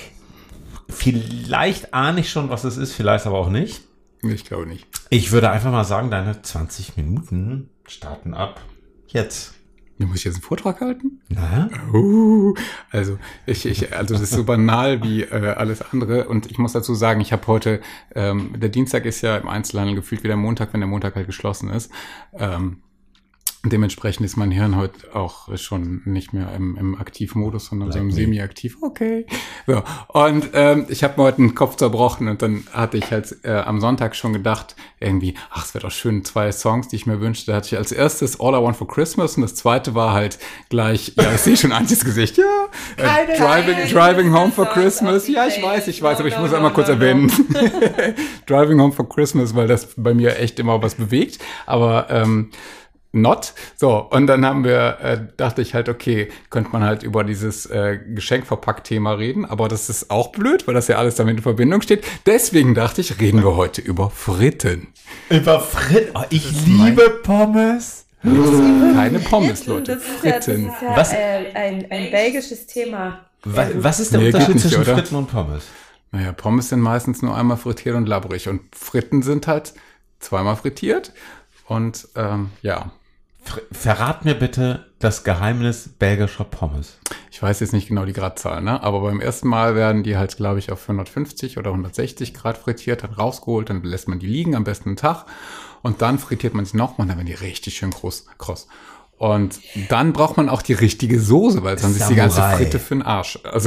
vielleicht ahne ich schon, was es ist, vielleicht aber auch nicht. Ich glaube nicht. Ich würde einfach mal sagen, deine zwanzig Minuten starten ab jetzt. Du musst jetzt einen Vortrag halten? Na? Uh, also ich, ich, also das ist so banal wie äh, alles andere. Und ich muss dazu sagen, ich habe heute, ähm, der Dienstag ist ja im Einzelhandel gefühlt wie der Montag, wenn der Montag halt geschlossen ist. Ähm, dementsprechend ist mein Hirn heute auch schon nicht mehr im, im Aktivmodus, sondern so im Semi-Aktiv. Okay. So. Und ähm, ich habe mir heute den Kopf zerbrochen und dann hatte ich halt äh, am Sonntag schon gedacht, irgendwie, ach, es wäre doch schön, zwei Songs, die ich mir wünschte. Da hatte ich als erstes All I Want for Christmas und das zweite war halt gleich, ja, ich sehe schon Antjes Gesicht, ja, äh, Keine Driving, Nein, Driving Home for Songs auf Christmas. die Ja, ich Playlist. weiß, ich weiß, No, aber ich no, muss no, einmal no, kurz no. erwähnen. Driving Home for Christmas, weil das bei mir echt immer was bewegt. Aber ähm, not. So, und dann haben wir, äh, dachte ich halt, okay, könnte man halt über dieses äh, Geschenkverpackt-Thema reden, aber das ist auch blöd, weil das ja alles damit in Verbindung steht. Deswegen dachte ich, reden wir heute über Fritten. Über Fritten. Oh, ich liebe Pommes. Keine Pommes, Leute, Das ist ja, das Fritten. ist ja Was- äh, ein, ein belgisches Thema. Was, was ist der Nee, geht Unterschied nicht, zwischen oder? Fritten und Pommes? Naja, Pommes sind meistens nur einmal frittiert und labbrig und Fritten sind halt zweimal frittiert und ähm, ja. Fr- Verrat mir bitte das Geheimnis belgischer Pommes. Ich weiß jetzt nicht genau die Gradzahl, ne? Aber beim ersten Mal werden die halt, glaube ich, auf hundertfünfzig oder hundertsechzig Grad frittiert, dann rausgeholt, dann lässt man die liegen, am besten einen Tag. Und dann frittiert man sie nochmal, dann werden die richtig schön groß, kross. Und dann braucht man auch die richtige Soße, weil sonst ist die ganze Samurai. Fritte für den Arsch. Also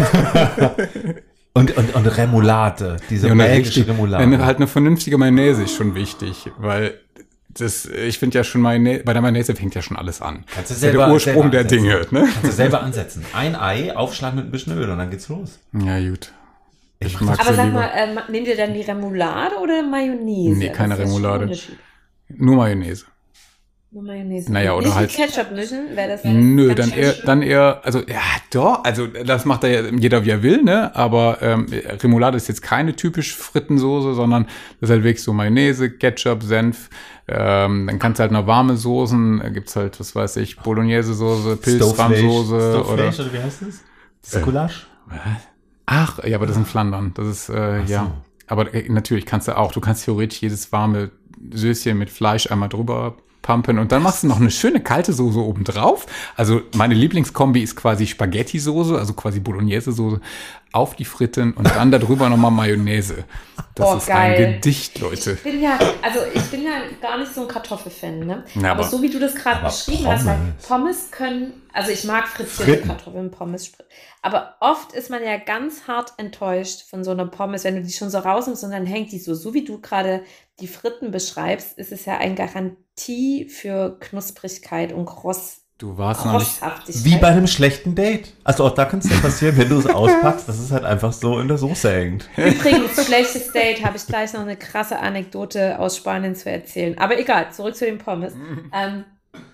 Und, und, und Remoulade, diese ja, und eine belgische richtig- Remoulade. eine, halt eine vernünftige Mayonnaise ist schon wichtig, weil das, ich finde ja schon Mayonnaise, bei der Mayonnaise fängt ja schon alles an. Kannst du Das ist ja selber- der Ursprung selber der ansetzen. Dinge, ne? Kannst du selber ansetzen. Ein Ei, aufschlagen mit ein bisschen Öl und dann geht's los. Ja, gut. Ich mach mag Aber sie sag lieber. mal, ähm, nehmt ihr dann die Remoulade oder Mayonnaise? Nee, keine Das ist ja schon ein Remoulade. Unterschied. Nur Mayonnaise. Nur Mayonnaise. Naja, oder Nicht halt- mit Ketchup mischen, wäre das Nö, ganz dann schön eher, schlimm. dann eher, also ja, doch, also das macht da ja jeder wie er will, ne? Aber ähm, Remoulade ist jetzt keine typisch Frittensoße, sondern das ist halt wirklich so Mayonnaise, Ketchup, Senf. Ähm, dann kannst du halt noch warme Soßen, äh, gibt's halt, was weiß ich, Bolognese-Soße, Pilzrahmsoße oder. oder wie heißt das? Das Gulasch? Ach, ja, aber das sind Flandern. Das ist, äh, so. ja. Aber äh, natürlich kannst du auch, du kannst theoretisch jedes warme Söschen mit Fleisch einmal drüber pumpen und dann machst du noch eine schöne kalte Soße oben drauf. Also meine Lieblingskombi ist quasi Spaghetti-Soße, also quasi Bolognese-Soße auf die Fritten und dann darüber nochmal Mayonnaise. Das Boah, ist geil. ein Gedicht, Leute. Ich bin ja, also ich bin ja gar nicht so ein Kartoffelfan, ne? Na, aber, aber- so wie du das gerade aber beschrieben hast, weil Pommes. Pommes können, also ich mag frittierte Fritten. Kartoffeln, Pommes, spr- aber oft ist man ja ganz hart enttäuscht von so einer Pommes, wenn du die schon so rausnimmst und dann hängt die so, so wie du gerade die Fritten beschreibst, ist es ja ein Garantie für Knusprigkeit und Kross, Du warst noch nicht. Krosshaftigkeit. Wie bei einem schlechten Date. Also auch da kann es ja passieren, wenn du es auspackst, dass es halt einfach so in der Soße hängt. Übrigens, schlechtes Date, habe ich gleich noch eine krasse Anekdote aus Spanien zu erzählen. Aber egal, zurück zu den Pommes. Ähm,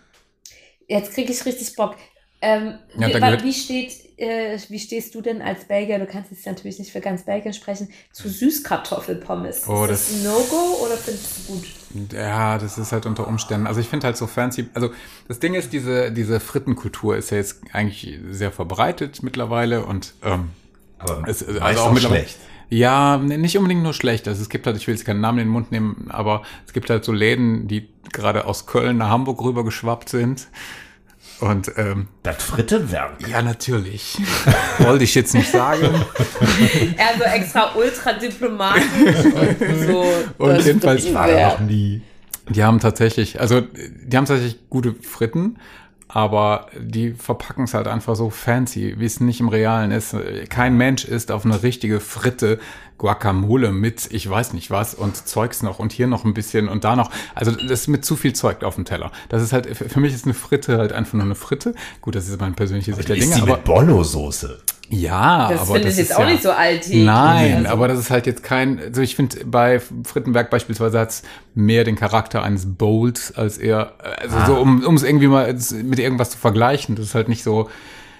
jetzt kriege ich richtig Bock. Ähm, Ja, wie, dann wa- gehört- wie, steht, äh, wie stehst du denn als Belgier, du kannst jetzt natürlich nicht für ganz Belgien sprechen, zu Süßkartoffelpommes? Oh, ist das das- ein No-Go oder findest du gut? Ja, das ist halt unter Umständen. Also ich finde halt so fancy. Also das Ding ist, diese, diese Frittenkultur ist ja jetzt eigentlich sehr verbreitet mittlerweile und ähm, Aber es, also meist auch auch mittlerweile- schlecht. Ja, ne, nicht unbedingt nur schlecht. Also es gibt halt, ich will jetzt keinen Namen in den Mund nehmen, aber es gibt halt so Läden, die gerade aus Köln nach Hamburg rüber geschwappt sind. Und ähm, Das Frittenwerk. ja, natürlich. Wollte ich jetzt nicht sagen. Also extra ultra diplomatisch und so. Und das jedenfalls Frittenwerk. nie. Die haben tatsächlich, also die haben tatsächlich gute Fritten, aber die verpacken es halt einfach so fancy, wie es nicht im Realen ist. Kein Mensch isst auf eine richtige Fritte Guacamole mit, ich weiß nicht was, und Zeugs noch und hier noch ein bisschen und da noch. Also das ist mit zu viel Zeug auf dem Teller. Das ist halt, für mich ist eine Fritte halt einfach nur eine Fritte. Gut, das ist meine persönliche Sicht der Ist Dinge, die aber mit Bollo-Soße. ja, Das aber finde das ich jetzt ist auch ja, nicht so alltäglich. Nein, Also- aber das ist halt jetzt kein, also ich finde, bei Frittenberg beispielsweise hat es mehr den Charakter eines Bowls als eher, also so, um um es irgendwie mal mit irgendwas zu vergleichen. Das ist halt nicht so,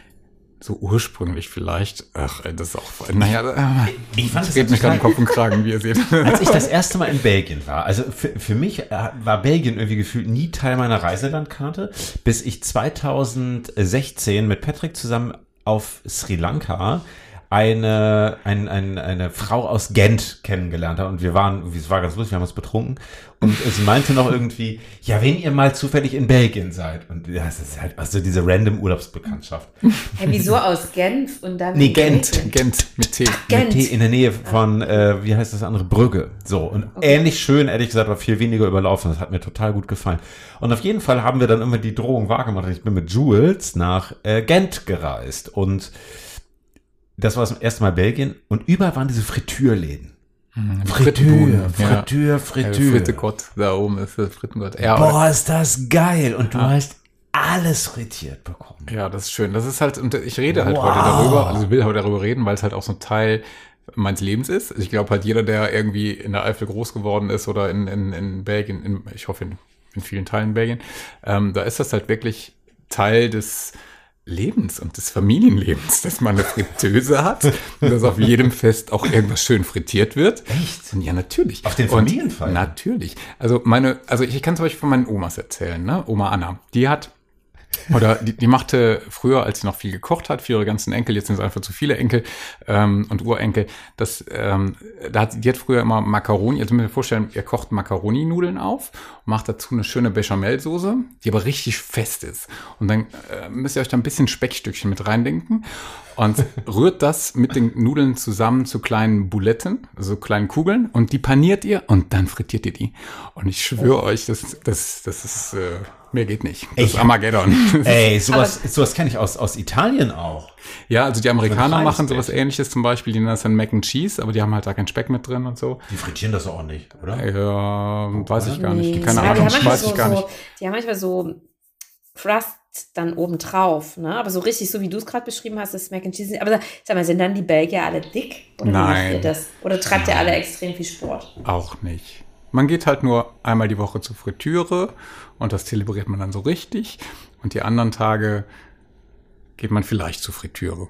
so ursprünglich vielleicht. Ach, das ist auch, naja, Ich fand das es geht mich gerade im total- Kopf und Kragen, wie ihr seht. Als ich das erste Mal in Belgien war, also für, für mich äh, war Belgien irgendwie gefühlt nie Teil meiner Reiselandkarte, bis ich zweitausendsechzehn mit Patrick zusammen auf Sri Lanka eine, ein, ein, eine Frau aus Gent kennengelernt habe. Und wir waren, es war ganz lustig, wir haben uns betrunken. Und sie meinte noch irgendwie, ja, wenn ihr mal zufällig in Belgien seid. Und ja, es ist halt also diese random Urlaubsbekanntschaft. Hey, wieso aus Genf und dann Nee, in Gent. Belgien? Gent mit T. Gent. Mit Tee in der Nähe von, äh, wie heißt das andere, Brügge. So, und ähnlich schön, ehrlich gesagt, aber viel weniger überlaufen. Das hat mir total gut gefallen. Und auf jeden Fall haben wir dann immer die Drohung wahrgemacht. Und ich bin mit Jules nach äh, Gent gereist. Und das war das erste Mal Belgien. Und überall waren diese Fritürläden. Frittenbuden, Fritür, ja. Fritür, Ja, Fritür. Frittegott, da oben ist der Frittengott. Ja, aber- Boah, ist das geil. Und du hast alles frittiert bekommen. Ja, das ist schön. Das ist halt, und ich rede halt Wow. heute darüber, also ich will heute darüber reden, weil es halt auch so ein Teil meines Lebens ist. Also ich glaube halt jeder, der irgendwie in der Eifel groß geworden ist oder in, in, in Belgien, in, ich hoffe in, in vielen Teilen Belgien, ähm, da ist das halt wirklich Teil des Lebens und des Familienlebens, dass man eine Fritteuse hat und dass auf jedem Fest auch irgendwas schön frittiert wird. Echt? Und ja, natürlich. Auf den Und Familienfeiern? Natürlich. Also meine, also ich kann zum Beispiel von meinen Omas erzählen, ne? Oma Anna, die hat oder die, die machte früher, als sie noch viel gekocht hat, für ihre ganzen Enkel, jetzt sind es einfach zu viele Enkel ähm, und Urenkel, das, ähm, da hat, die hat früher immer Macaroni, also müsst ihr vorstellen, ihr kocht Macaroni-Nudeln auf, macht dazu eine schöne Bechamelsoße, die aber richtig fest ist. Und dann äh, müsst ihr euch da ein bisschen Speckstückchen mit reindenken und rührt das mit den Nudeln zusammen zu kleinen Buletten, also kleinen Kugeln, und die paniert ihr und dann frittiert ihr die. Und ich schwöre euch, das, das, das ist, äh, mehr geht nicht. Das ist Ich- Armageddon. Ey, sowas, sowas kenne ich aus, aus Italien auch. Ja, also die Amerikaner Ein machen Reisbrett. sowas Ähnliches zum Beispiel, die nennen das dann Mac and Cheese, aber die haben halt da keinen Speck mit drin und so. Die frittieren das auch nicht, oder? Ja, weiß ich gar nicht. Nee, Keine ja, die Ahnung, haben manchmal weiß ich so, gar nicht. So, die haben manchmal so Crust dann oben drauf, ne? Aber so richtig, so wie du es gerade beschrieben hast, das Mac and Cheese. Aber sag mal, sind dann die Belgier alle dick? Oder wie macht Nein. ihr das? Oder treibt ihr alle extrem viel Sport? Auch nicht. Man geht halt nur einmal die Woche zur Fritüre und das zelebriert man dann so richtig. Und die anderen Tage geht man vielleicht zur Fritüre.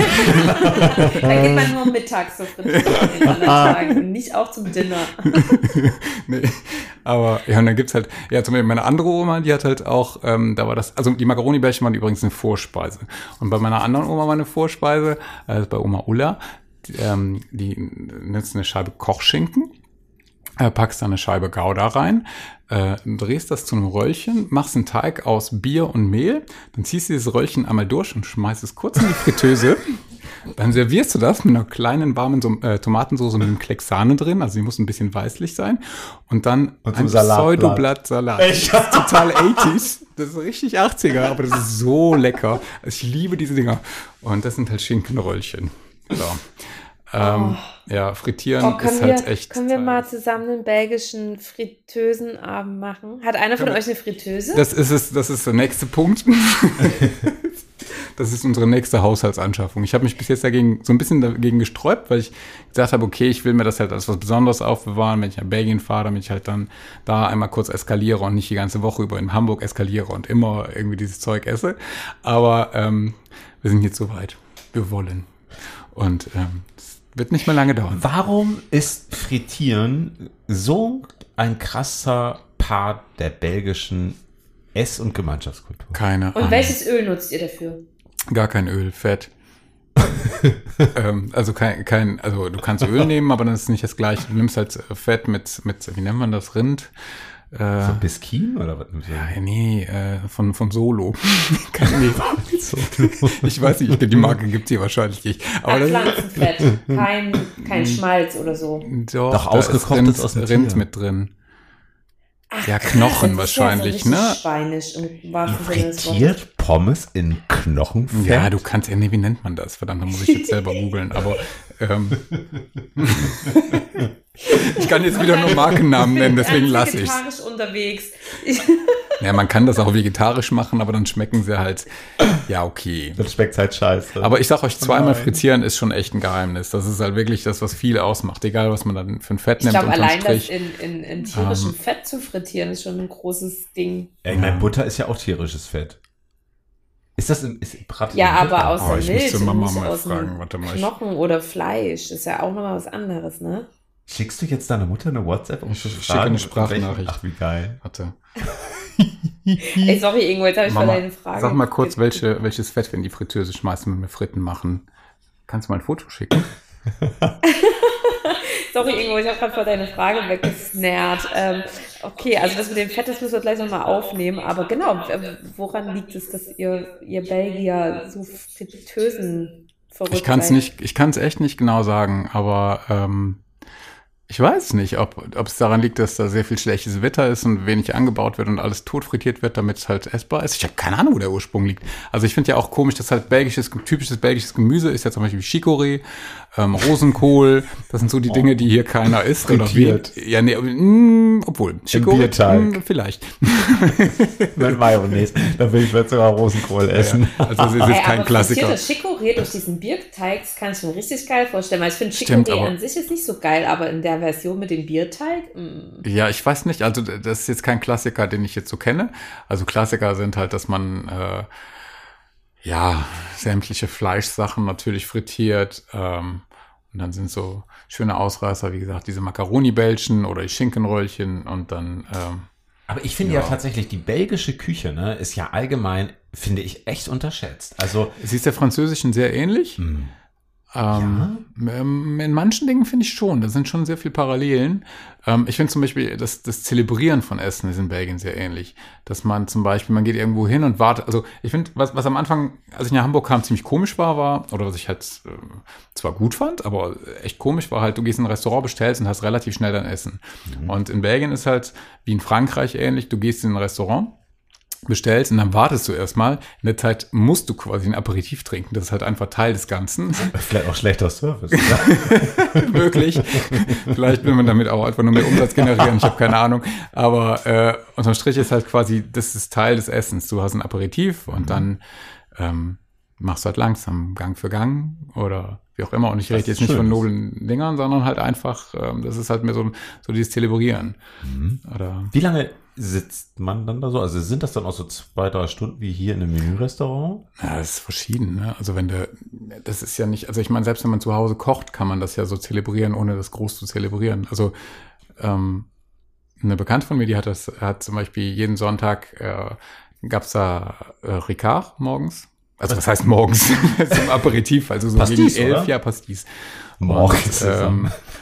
Da geht man nur mittags zur Fritteuse an den anderen Tagen und nicht auch zum Dinner. Nee, aber ja, und dann gibt's halt, ja, zum Beispiel meine andere Oma, die hat halt auch, ähm, da war das, also die Macaroni-Bällchen waren übrigens eine Vorspeise. Und bei meiner anderen Oma war eine Vorspeise, äh, bei Oma Ulla, die, ähm, die nutzt eine Scheibe Kochschinken. Äh, packst da eine Scheibe Gouda rein, äh, drehst das zu einem Röllchen, machst einen Teig aus Bier und Mehl, dann ziehst du dieses Röllchen einmal durch und schmeißt es kurz in die Fritteuse. Dann servierst du das mit einer kleinen warmen so äh, Tomatensauce mit einem Klecks Sahne drin, also die muss ein bisschen weißlich sein. Und dann Und ein Pseudoblatt Salat. Das ist total achtziger. Das ist richtig achtziger, aber das ist so lecker. Ich liebe diese Dinger. Und das sind halt Schinkenröllchen. So. Ähm, oh. Ja, frittieren oh, ist wir, halt echt... Können wir mal zusammen einen belgischen Fritteusenabend machen? Hat einer von euch eine Fritteuse? Das ist es, das ist der nächste Punkt. Das ist unsere nächste Haushaltsanschaffung. Ich habe mich bis jetzt dagegen so ein bisschen dagegen gesträubt, weil ich gesagt habe, okay, ich will mir das halt als was Besonderes aufbewahren, wenn ich nach Belgien fahre, damit ich halt dann da einmal kurz eskaliere und nicht die ganze Woche über in Hamburg eskaliere und immer irgendwie dieses Zeug esse. Aber ähm, wir sind jetzt soweit. Wir wollen. Und ähm, es wird nicht mehr lange dauern. Warum ist Frittieren so ein krasser Part der belgischen Ess- und Gemeinschaftskultur? Keine Ahnung. Und welches Öl nutzt ihr dafür? Gar kein Öl, Fett. ähm, also kein, kein, also du kannst Öl nehmen, aber dann ist es nicht das gleiche. Du nimmst halt Fett mit, mit, wie nennt man das, Rind? Äh, so Biskin oder was? Ja, nee, äh, von, von Solo. nee, ich weiß nicht, die Marke gibt's hier wahrscheinlich nicht. Aber Ach, Pflanzenfett, kein, kein Schmalz oder so. Doch, Doch ausgekochtes aus dem Rind Tier. mit drin. Ach, ja, krass, Knochen das wahrscheinlich, ist ja so ne? Schweinisch im wahrsten Sinne des Wortes. Frittiert Pommes in Knochenfett? Ja, du kannst, ja, nee, wie nennt man das? Verdammt, da muss ich jetzt selber googeln, aber ähm, ich kann jetzt wieder nur Markennamen nennen, deswegen lasse ich es. Vegetarisch unterwegs. Ja, man kann das auch vegetarisch machen, aber dann schmecken sie halt, ja, okay. Dann schmeckt halt scheiße. Aber ich sag euch, zweimal Nein. frittieren ist schon echt ein Geheimnis. Das ist halt wirklich das, was viel ausmacht. Egal, was man dann für ein Fett Ich nimmt. glaube, unterm allein das Strich. in, in, in tierischem Ähm. Fett zu frittieren, ist schon ein großes Ding. Ja, ich meine, Butter ist ja auch tierisches Fett. Ist das im, ist Brat Ja, in Butter? aber aus Oh, der ich Milch, müsste Mama nicht mal aus fragen. dem Warte mal, ich- Knochen oder Fleisch. Ist ja auch nochmal was anderes, ne? Schickst du jetzt deiner Mutter eine WhatsApp, um zu schicke fragen? eine in Sprachnachricht. welchen- Ach, wie geil. Warte. Ey, sorry, Ingo, jetzt habe ich Mama, mal deine Frage. sag mal kurz, welche, welches Fett wir in die Fritteuse schmeißen, wenn wir Fritten machen. Kannst du mal ein Foto schicken? Sorry, Ingo, ich habe gerade vor deine Frage weggesnärt. Ähm, okay, also das mit dem Fett, das müssen wir gleich nochmal aufnehmen. Aber genau, äh, woran liegt es, dass ihr, ihr Belgier so Fritteusen verrückt Ich kann es seid? nicht, ich kann es echt nicht genau sagen, aber ähm, ich weiß nicht, ob ob es daran liegt, dass da sehr viel schlechtes Wetter ist und wenig angebaut wird und alles tot frittiert wird, damit es halt essbar ist. Ich habe keine Ahnung, wo der Ursprung liegt. Also ich finde ja auch komisch, dass halt belgisches, typisches belgisches Gemüse ist ja zum Beispiel Chicorée, ähm, Rosenkohl. Das sind so die Dinge, die hier keiner isst. Oder Frittiert. wie, ja, nee, mh, obwohl. Chicorée, Bierteig. mh, vielleicht. Mit Mayonnaise. Da will ich vielleicht sogar Rosenkohl essen. Ja, also es ist Ey, jetzt kein aber Klassiker. frittierter Chicorée durch diesen Bierteig, das kann ich mir richtig geil vorstellen. Weil ich finde Stimmt, Chicorée aber- an sich ist nicht so geil, aber in der Version mit dem Bierteig, mh. Ja, ich weiß nicht, also das ist jetzt kein Klassiker, den ich jetzt so kenne. Also Klassiker sind halt, dass man äh, ja sämtliche Fleischsachen natürlich frittiert. Ähm, und dann sind so schöne Ausreißer, wie gesagt, diese Macaroni-Bällchen oder die Schinkenröllchen und dann ähm, Aber ich finde ja. Ja. tatsächlich, die belgische Küche, ne, ist ja allgemein, finde ich, echt unterschätzt. Also, sie ist der französischen sehr ähnlich. mh, Ähm, ähm, in manchen Dingen finde ich schon, da sind schon sehr viele Parallelen. Ähm, ich finde zum Beispiel das, das Zelebrieren von Essen ist in Belgien sehr ähnlich. Dass man zum Beispiel, man geht irgendwo hin und wartet. Also ich finde, was, was am Anfang, als ich nach Hamburg kam, ziemlich komisch war, war, oder was ich halt äh, zwar gut fand, aber echt komisch war halt, du gehst in ein Restaurant, bestellst und hast relativ schnell dein Essen. Mhm. Und in Belgien ist halt wie in Frankreich ähnlich, du gehst in ein Restaurant, bestellst und dann wartest du erstmal. In der Zeit musst du quasi ein Aperitif trinken. Das ist halt einfach Teil des Ganzen. vielleicht auch schlechter Service. Wirklich. Vielleicht will man damit auch einfach nur mehr Umsatz generieren. Ich habe keine Ahnung. Aber äh, unterm Strich ist halt quasi, das ist Teil des Essens. Du hast ein Aperitif und dann ähm, machst du halt langsam Gang für Gang oder wie auch immer. Und ich Das rede jetzt ist nicht schön. von noblen Dingern, sondern halt einfach, ähm, das ist halt mehr so, so dieses Zelebrieren. Mhm. Oder Wie lange sitzt man dann da so? Also sind das dann auch so zwei, drei Stunden wie hier in einem Menürestaurant? ja, das ist verschieden, ne? Also wenn du, das ist ja nicht, also ich meine, selbst wenn man zu Hause kocht, kann man das ja so zelebrieren, ohne das groß zu zelebrieren. Also ähm, eine Bekannte von mir, die hat das, hat zum Beispiel jeden Sonntag äh, gab's da äh, Ricard morgens. Also was heißt morgens? Zum Aperitif, also so Pastis, gegen elf, oder? ja, Pastis. Morgens Und, ähm,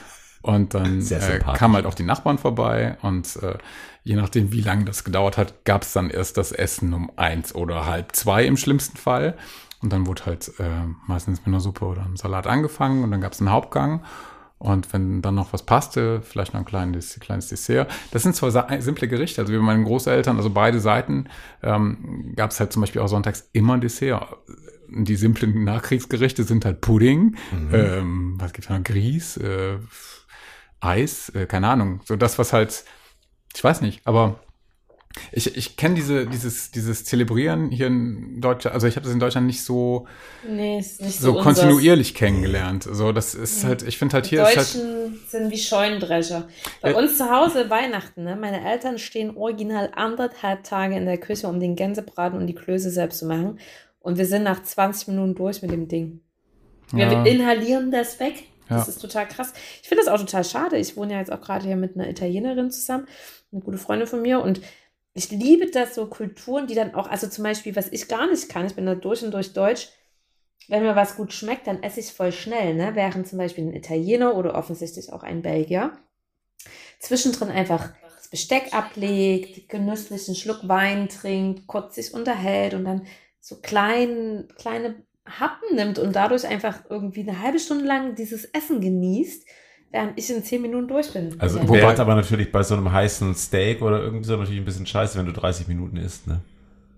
Und dann Sehr äh, sympathisch. kamen halt auch die Nachbarn vorbei und äh, je nachdem, wie lange das gedauert hat, gab es dann erst das Essen um eins oder halb zwei im schlimmsten Fall. Und dann wurde halt äh, meistens mit einer Suppe oder einem Salat angefangen und dann gab es einen Hauptgang. Und wenn dann noch was passte, vielleicht noch ein kleines, kleines Dessert. Das sind zwar sa- simple Gerichte, also wie bei meinen Großeltern, also beide Seiten, ähm, gab es halt zum Beispiel auch sonntags immer Dessert. Die simplen Nachkriegsgerichte sind halt Pudding, mhm. ähm, was gibt's noch, Grieß, äh, Eis, äh, keine Ahnung. So das, was halt, ich weiß nicht, aber ich, ich kenne diese, dieses, dieses Zelebrieren hier in Deutschland, also ich habe das in Deutschland nicht so, nee, ist nicht so so kontinuierlich kennengelernt. So, das ist halt, ich finde halt Die hier ist halt. Deutschen sind wie Scheunendrescher. Bei Ja. uns zu Hause Weihnachten, ne? Meine Eltern stehen original anderthalb Tage in der Küche, um den Gänsebraten und die Klöße selbst zu machen. Und wir sind nach zwanzig Minuten durch mit dem Ding. Wir Ja. inhalieren das weg. Das Ja. ist total krass. Ich finde das auch total schade. Ich wohne ja jetzt auch gerade hier mit einer Italienerin zusammen, eine gute Freundin von mir. Und ich liebe das, so Kulturen, die dann auch, also zum Beispiel, was ich gar nicht kann, ich bin da durch und durch deutsch, wenn mir was gut schmeckt, dann esse ich es voll schnell, ne? Während zum Beispiel ein Italiener oder offensichtlich auch ein Belgier zwischendrin einfach das Besteck ablegt, genüsslich einen Schluck Wein trinkt, kurz sich unterhält und dann so klein, kleine Happen nimmt und dadurch einfach irgendwie eine halbe Stunde lang dieses Essen genießt, während ich in zehn Minuten durch bin. Also Ja. wäre aber natürlich bei so einem heißen Steak oder irgendwie so natürlich ein bisschen scheiße, wenn du dreißig Minuten isst, ne?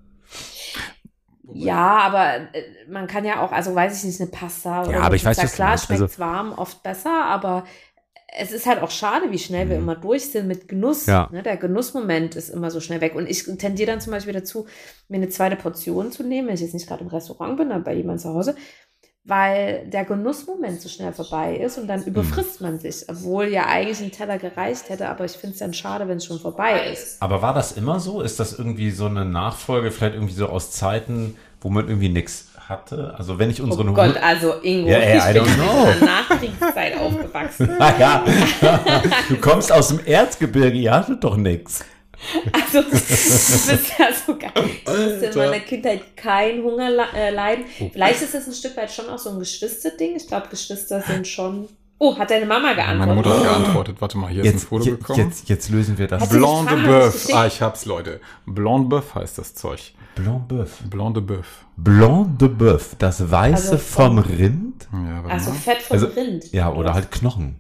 Ja, aber äh, man kann ja auch, also weiß ich nicht, eine Pasta oder Ja, aber ich weiß, Pizza, was du klar, meinst. schmeckt Also- warm oft besser, aber es ist halt auch schade, wie schnell wir immer durch sind mit Genuss. Ja. Ne? Der Genussmoment ist immer so schnell weg. Und ich tendiere dann zum Beispiel dazu, mir eine zweite Portion zu nehmen, wenn ich jetzt nicht gerade im Restaurant bin, aber bei jemandem zu Hause, weil der Genussmoment so schnell vorbei ist und dann überfrisst man sich, obwohl ja eigentlich ein Teller gereicht hätte, aber ich finde es dann schade, wenn es schon vorbei ist. Aber war das immer so? Ist das irgendwie so eine Nachfolge, vielleicht irgendwie so aus Zeiten, wo man irgendwie nichts hatte? Also wenn ich Oh unsere Gott, also Ingo, Ja, ey, I ich bin don't know. in der Nachkriegszeit aufgewachsen. Naja, du kommst aus dem Erzgebirge, ihr hattet doch nichts. Also, das ist ja so geil. Ich musste in meiner Kindheit keinen Hunger le- äh, leiden. Vielleicht ist das ein Stück weit schon auch so ein Geschwisterding. Ich glaube, Geschwister sind schon... Oh, hat deine Mama geantwortet? Meine Mutter hat geantwortet. Warte mal, hier ist ein Jetzt, Foto jetzt, gekommen. jetzt, jetzt lösen wir das. Hat sie- Blanc de Fragen hat Bœuf. sie geschickt. Ah, ich hab's, Leute. Blanc de Bœuf heißt das Zeug. Blanc Bœuf. Blanc de Bœuf. Blanc de Bœuf, das Weiße Also vom vom- Rind? Ja, warte Also mal. Fett vom Also, Rind. Ja, oder halt Knochen.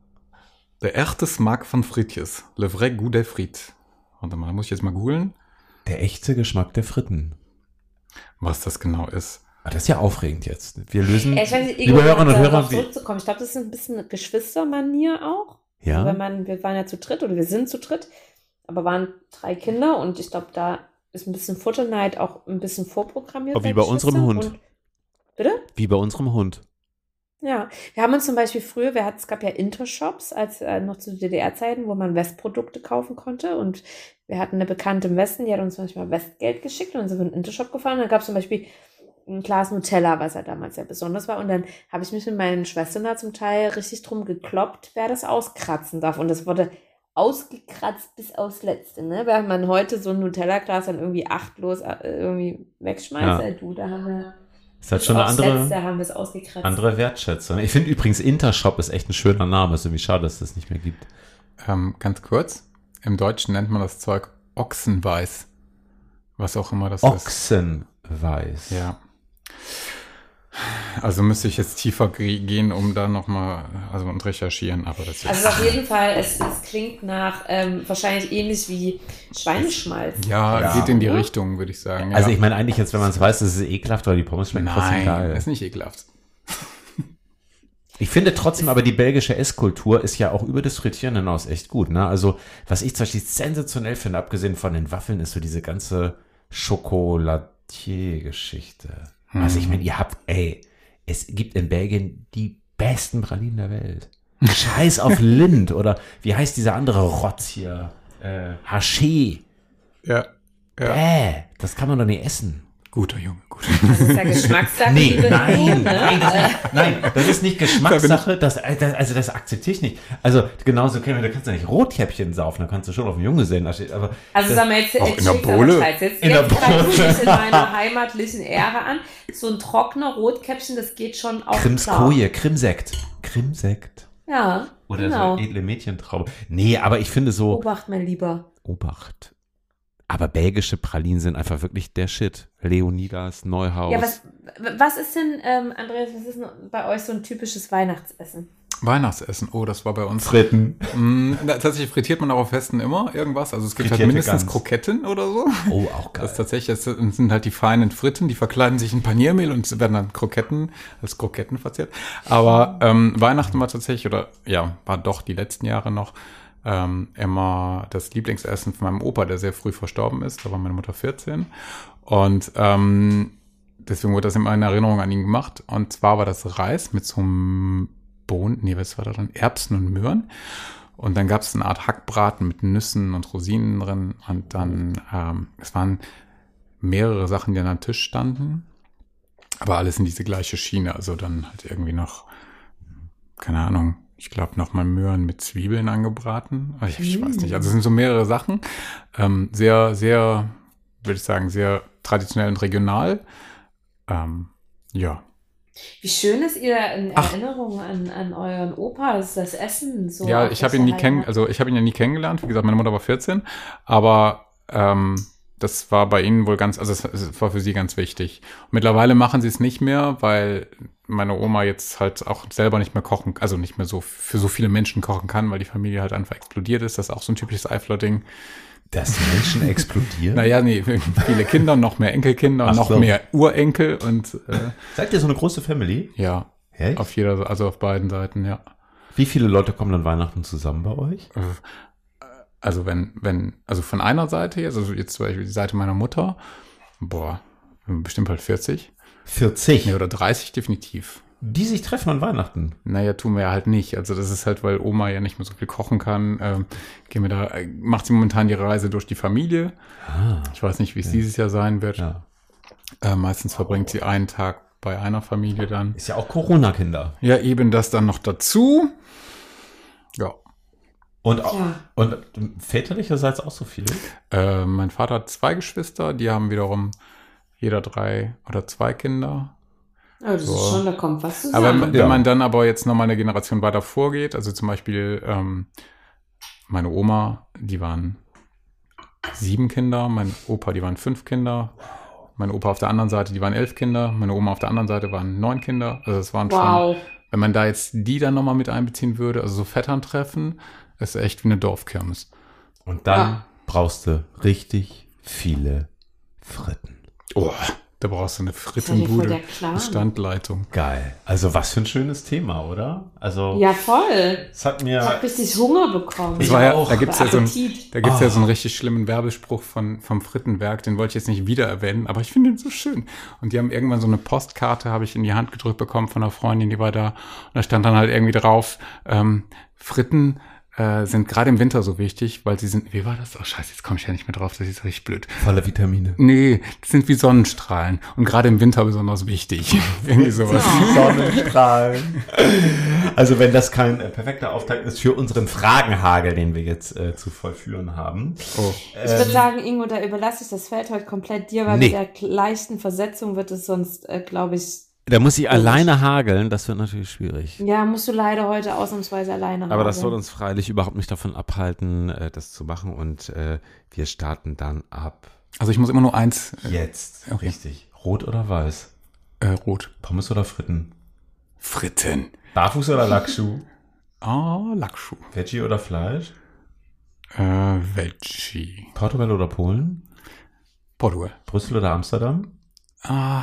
Der echte Smaak von Frietjes. Le vrai goût des frites. Warte mal, da muss ich jetzt mal googeln, Der echte Geschmack der Fritten. was das genau ist. Ah, das ist ja aufregend jetzt. Wir lösen, Ja, ich weiß nicht, liebe Hörerinnen und Hörer, darauf wie, zurückzukommen. Ich glaube, das ist ein bisschen Geschwistermanier auch. ja, Wenn man, wir waren ja zu dritt oder wir sind zu dritt, aber waren drei Kinder und ich glaube, da ist ein bisschen Futterneid auch ein bisschen vorprogrammiert. Aber wie bei bei unserem Geschwistern. Hund. Und, bitte? wie bei unserem Hund. Ja, wir haben uns zum Beispiel früher, wir hatten, es gab ja Intershops, als äh, noch zu D D R-Zeiten, wo man Westprodukte kaufen konnte und wir hatten eine Bekannte im Westen, die hat uns manchmal Westgeld geschickt und dann sind wir in den Intershop gefahren und dann gab es zum Beispiel ein Glas Nutella, was ja damals sehr besonders war und dann habe ich mich mit meinen Schwestern da zum Teil richtig drum gekloppt, wer das auskratzen darf und das wurde ausgekratzt bis aufs Letzte, ne? Während man heute so ein Nutella-Glas dann irgendwie achtlos äh, irgendwie wegschmeißt, Ja. äh, du, da haben wir Das hat schon eine aufs andere, Letzte haben wir es ausgekratzt. andere Wertschätzung. Ich finde übrigens Intershop ist echt ein schöner Name. Ist irgendwie schade, dass es das nicht mehr gibt. Ähm, ganz kurz. Im Deutschen nennt man das Zeug Ochsenweiß. Was auch immer das ist. Ochsenweiß. Ja. Also müsste ich jetzt tiefer ge- gehen, um da nochmal, also und recherchieren, aber das ist Also auf jeden Fall, es, es klingt nach ähm, wahrscheinlich ähnlich wie Schweineschmalz. ja, Ja. geht in die Richtung, würde ich sagen. Also ja. ich meine eigentlich jetzt, wenn man es weiß, ist es ekelhaft, weil die Pommes schmecken trotzdem Nein, geil. ist nicht ekelhaft. Ich finde trotzdem aber, die belgische Esskultur ist ja auch über das Frittieren hinaus echt gut. Ne? Also was ich zum Beispiel sensationell finde, abgesehen von den Waffeln, ist so diese ganze Chocolatier-Geschichte. Hm. Also ich meine, ihr habt, ey, es gibt in Belgien die besten Pralinen der Welt. Scheiß auf Lind oder wie heißt dieser andere Rotz hier? Äh, Haché. Ja, ja. Äh, das kann man doch nicht essen. Guter Junge, gut. Das ist ja Geschmackssache. Nee, liebe nein, Ingo, ne? nein, das ist, nein, das ist nicht Geschmackssache, das, das, also das akzeptiere ich nicht. Also genauso können wir, da kannst du nicht Rotkäppchen saufen, da kannst du schon auf den Junggesellen, aber Also das, sag mal, jetzt, Auch jetzt in der schick's aber Bowle? Scheiß. Jetzt, In der jetzt greif ich Bowle. mich in meiner heimatlichen Ehre an. So ein trockener Rotkäppchen, das geht schon auch klar. Krimskoje, Krimsekt, Krimsekt. Ja, Oder genau. so edle Mädchentraube. Nee, aber ich finde so, Obacht, mein Lieber. Obacht. Aber belgische Pralinen sind einfach wirklich der Shit. Leonidas, Neuhaus. Ja, was, was ist denn, ähm, Andreas, was ist denn bei euch so ein typisches Weihnachtsessen? Weihnachtsessen, oh, das war bei uns. Fritten. Mm, na, tatsächlich frittiert man auch auf Festen immer irgendwas. Also es gibt Frittierte halt mindestens Gans. Kroketten oder so. Oh, auch geil. Das ist tatsächlich, das sind halt die feinen Fritten, die verkleiden sich in Paniermehl und werden dann Kroketten, als Kroketten verzehrt. Aber ähm, Weihnachten war tatsächlich, oder ja, war doch die letzten Jahre noch, ähm, immer das Lieblingsessen von meinem Opa, der sehr früh verstorben ist. Da war meine Mutter vierzehn. Und ähm, deswegen wurde das immer in Erinnerung an ihn gemacht. Und zwar war das Reis mit so einem Bohnen, nee, was war da dann? Erbsen und Möhren. Und dann gab es eine Art Hackbraten mit Nüssen und Rosinen drin. Und dann, ähm, es waren mehrere Sachen, die an am Tisch standen. Aber alles in diese gleiche Schiene. Also dann halt irgendwie noch, keine Ahnung, ich glaube noch mal Möhren mit Zwiebeln angebraten. Ich, ich weiß nicht. Also es sind so mehrere Sachen. Ähm, sehr, sehr, würde ich sagen, sehr traditionell und regional. Ähm, ja. Wie schön ist ihr in Ach. Erinnerung an, an euren Opa, das, das Essen so. Ja, ich habe ihn nie kenn, also ich habe ihn ja nie kennengelernt. Wie gesagt, meine Mutter war vierzehn, aber ähm, das war bei ihnen wohl ganz, also es, es war für sie ganz wichtig. Und mittlerweile machen sie es nicht mehr, weil meine Oma jetzt halt auch selber nicht mehr kochen, also nicht mehr so für so viele Menschen kochen kann, weil die Familie halt einfach explodiert ist. Das ist auch so ein typisches Eifler-Ding. Dass Menschen explodieren? Naja, nee, viele Kinder, noch mehr Enkelkinder, Ach noch so. mehr Urenkel und äh, Seid ihr so eine große Family? ja, Echt? auf jeder, also auf beiden Seiten, ja. Wie viele Leute kommen dann Weihnachten zusammen bei euch? Also wenn, wenn, also von einer Seite jetzt, also jetzt zum Beispiel die Seite meiner Mutter, boah, bestimmt halt vierzig. vierzig. Nee, oder dreißig definitiv. Die sich treffen an Weihnachten. Naja, tun wir ja halt nicht. Also das ist halt, weil Oma ja nicht mehr so viel kochen kann. Ähm, gehen wir da, äh, macht sie momentan die Reise durch die Familie. Ah, Ich weiß nicht, wie es dieses Jahr sein wird. ja. Äh, meistens verbringt sie einen Tag bei einer Familie dann. Ist ja auch Corona-Kinder. Ja, eben das dann noch dazu. Ja. Und, Ja. und väterlicherseits auch so viele? Äh, mein Vater hat zwei Geschwister, die haben wiederum jeder drei oder zwei Kinder. Oh, das So. ist schon, da kommt was zusammen. Aber wenn Ja. man dann aber jetzt nochmal eine Generation weiter vorgeht, also zum Beispiel ähm, meine Oma, die waren sieben Kinder, mein Opa, die waren fünf Kinder, mein Opa auf der anderen Seite, die waren elf Kinder, meine Oma auf der anderen Seite waren neun Kinder. Also es waren schon, Wow. wenn man da jetzt die dann nochmal mit einbeziehen würde, also so Vettern-Treffen, ist echt wie eine Dorfkirmes. Und dann Ja. brauchst du richtig viele Fritten. Oh, da brauchst du eine Das ist ja Frittenbude, voll der Clan. eine Standleitung. Geil. Also was für ein schönes Thema, oder? Also Ja, voll. es hat Ich habe mir... richtig Hunger bekommen. Das war ja, auch. da gibt's ja so ein, Appetit. da gibt's Oh. ja so einen richtig schlimmen Werbespruch von, vom Frittenwerk, den wollte ich jetzt nicht wieder erwähnen, aber ich finde ihn so schön. Und die haben irgendwann so eine Postkarte, habe ich in die Hand gedrückt bekommen von einer Freundin, die war da. Und da stand dann halt irgendwie drauf, ähm, Fritten äh, sind gerade im Winter so wichtig, weil sie sind, wie war das? Oh scheiße, jetzt komme ich ja nicht mehr drauf, das ist richtig blöd. Voller Vitamine. Nee, die sind wie Sonnenstrahlen und gerade im Winter besonders wichtig. Irgendwie sowas. Sonnenstrahlen. Also wenn das kein äh, perfekter Auftakt ist für unseren Fragenhagel, den wir jetzt äh, zu vollführen haben. Oh. Ich würde sagen, Ingo, da überlasse ich das Feld heute komplett dir, weil Nee. mit der leichten Versetzung wird es sonst, äh, glaube ich, Da muss ich alleine hageln, das wird natürlich schwierig. ja, musst du leider heute ausnahmsweise alleine Aber das haben. soll uns freilich überhaupt nicht davon abhalten, äh, das zu machen. Und äh, wir starten dann ab Also ich muss immer nur eins, jetzt. Okay. Richtig. Rot oder weiß? äh, rot. Pommes oder Fritten? Fritten. Barfuß oder Lackschuh? Ah, Lackschuh. Veggie oder Fleisch? Äh, Veggie. Portugal oder Polen? Portugal. Brüssel oder Amsterdam? Ah,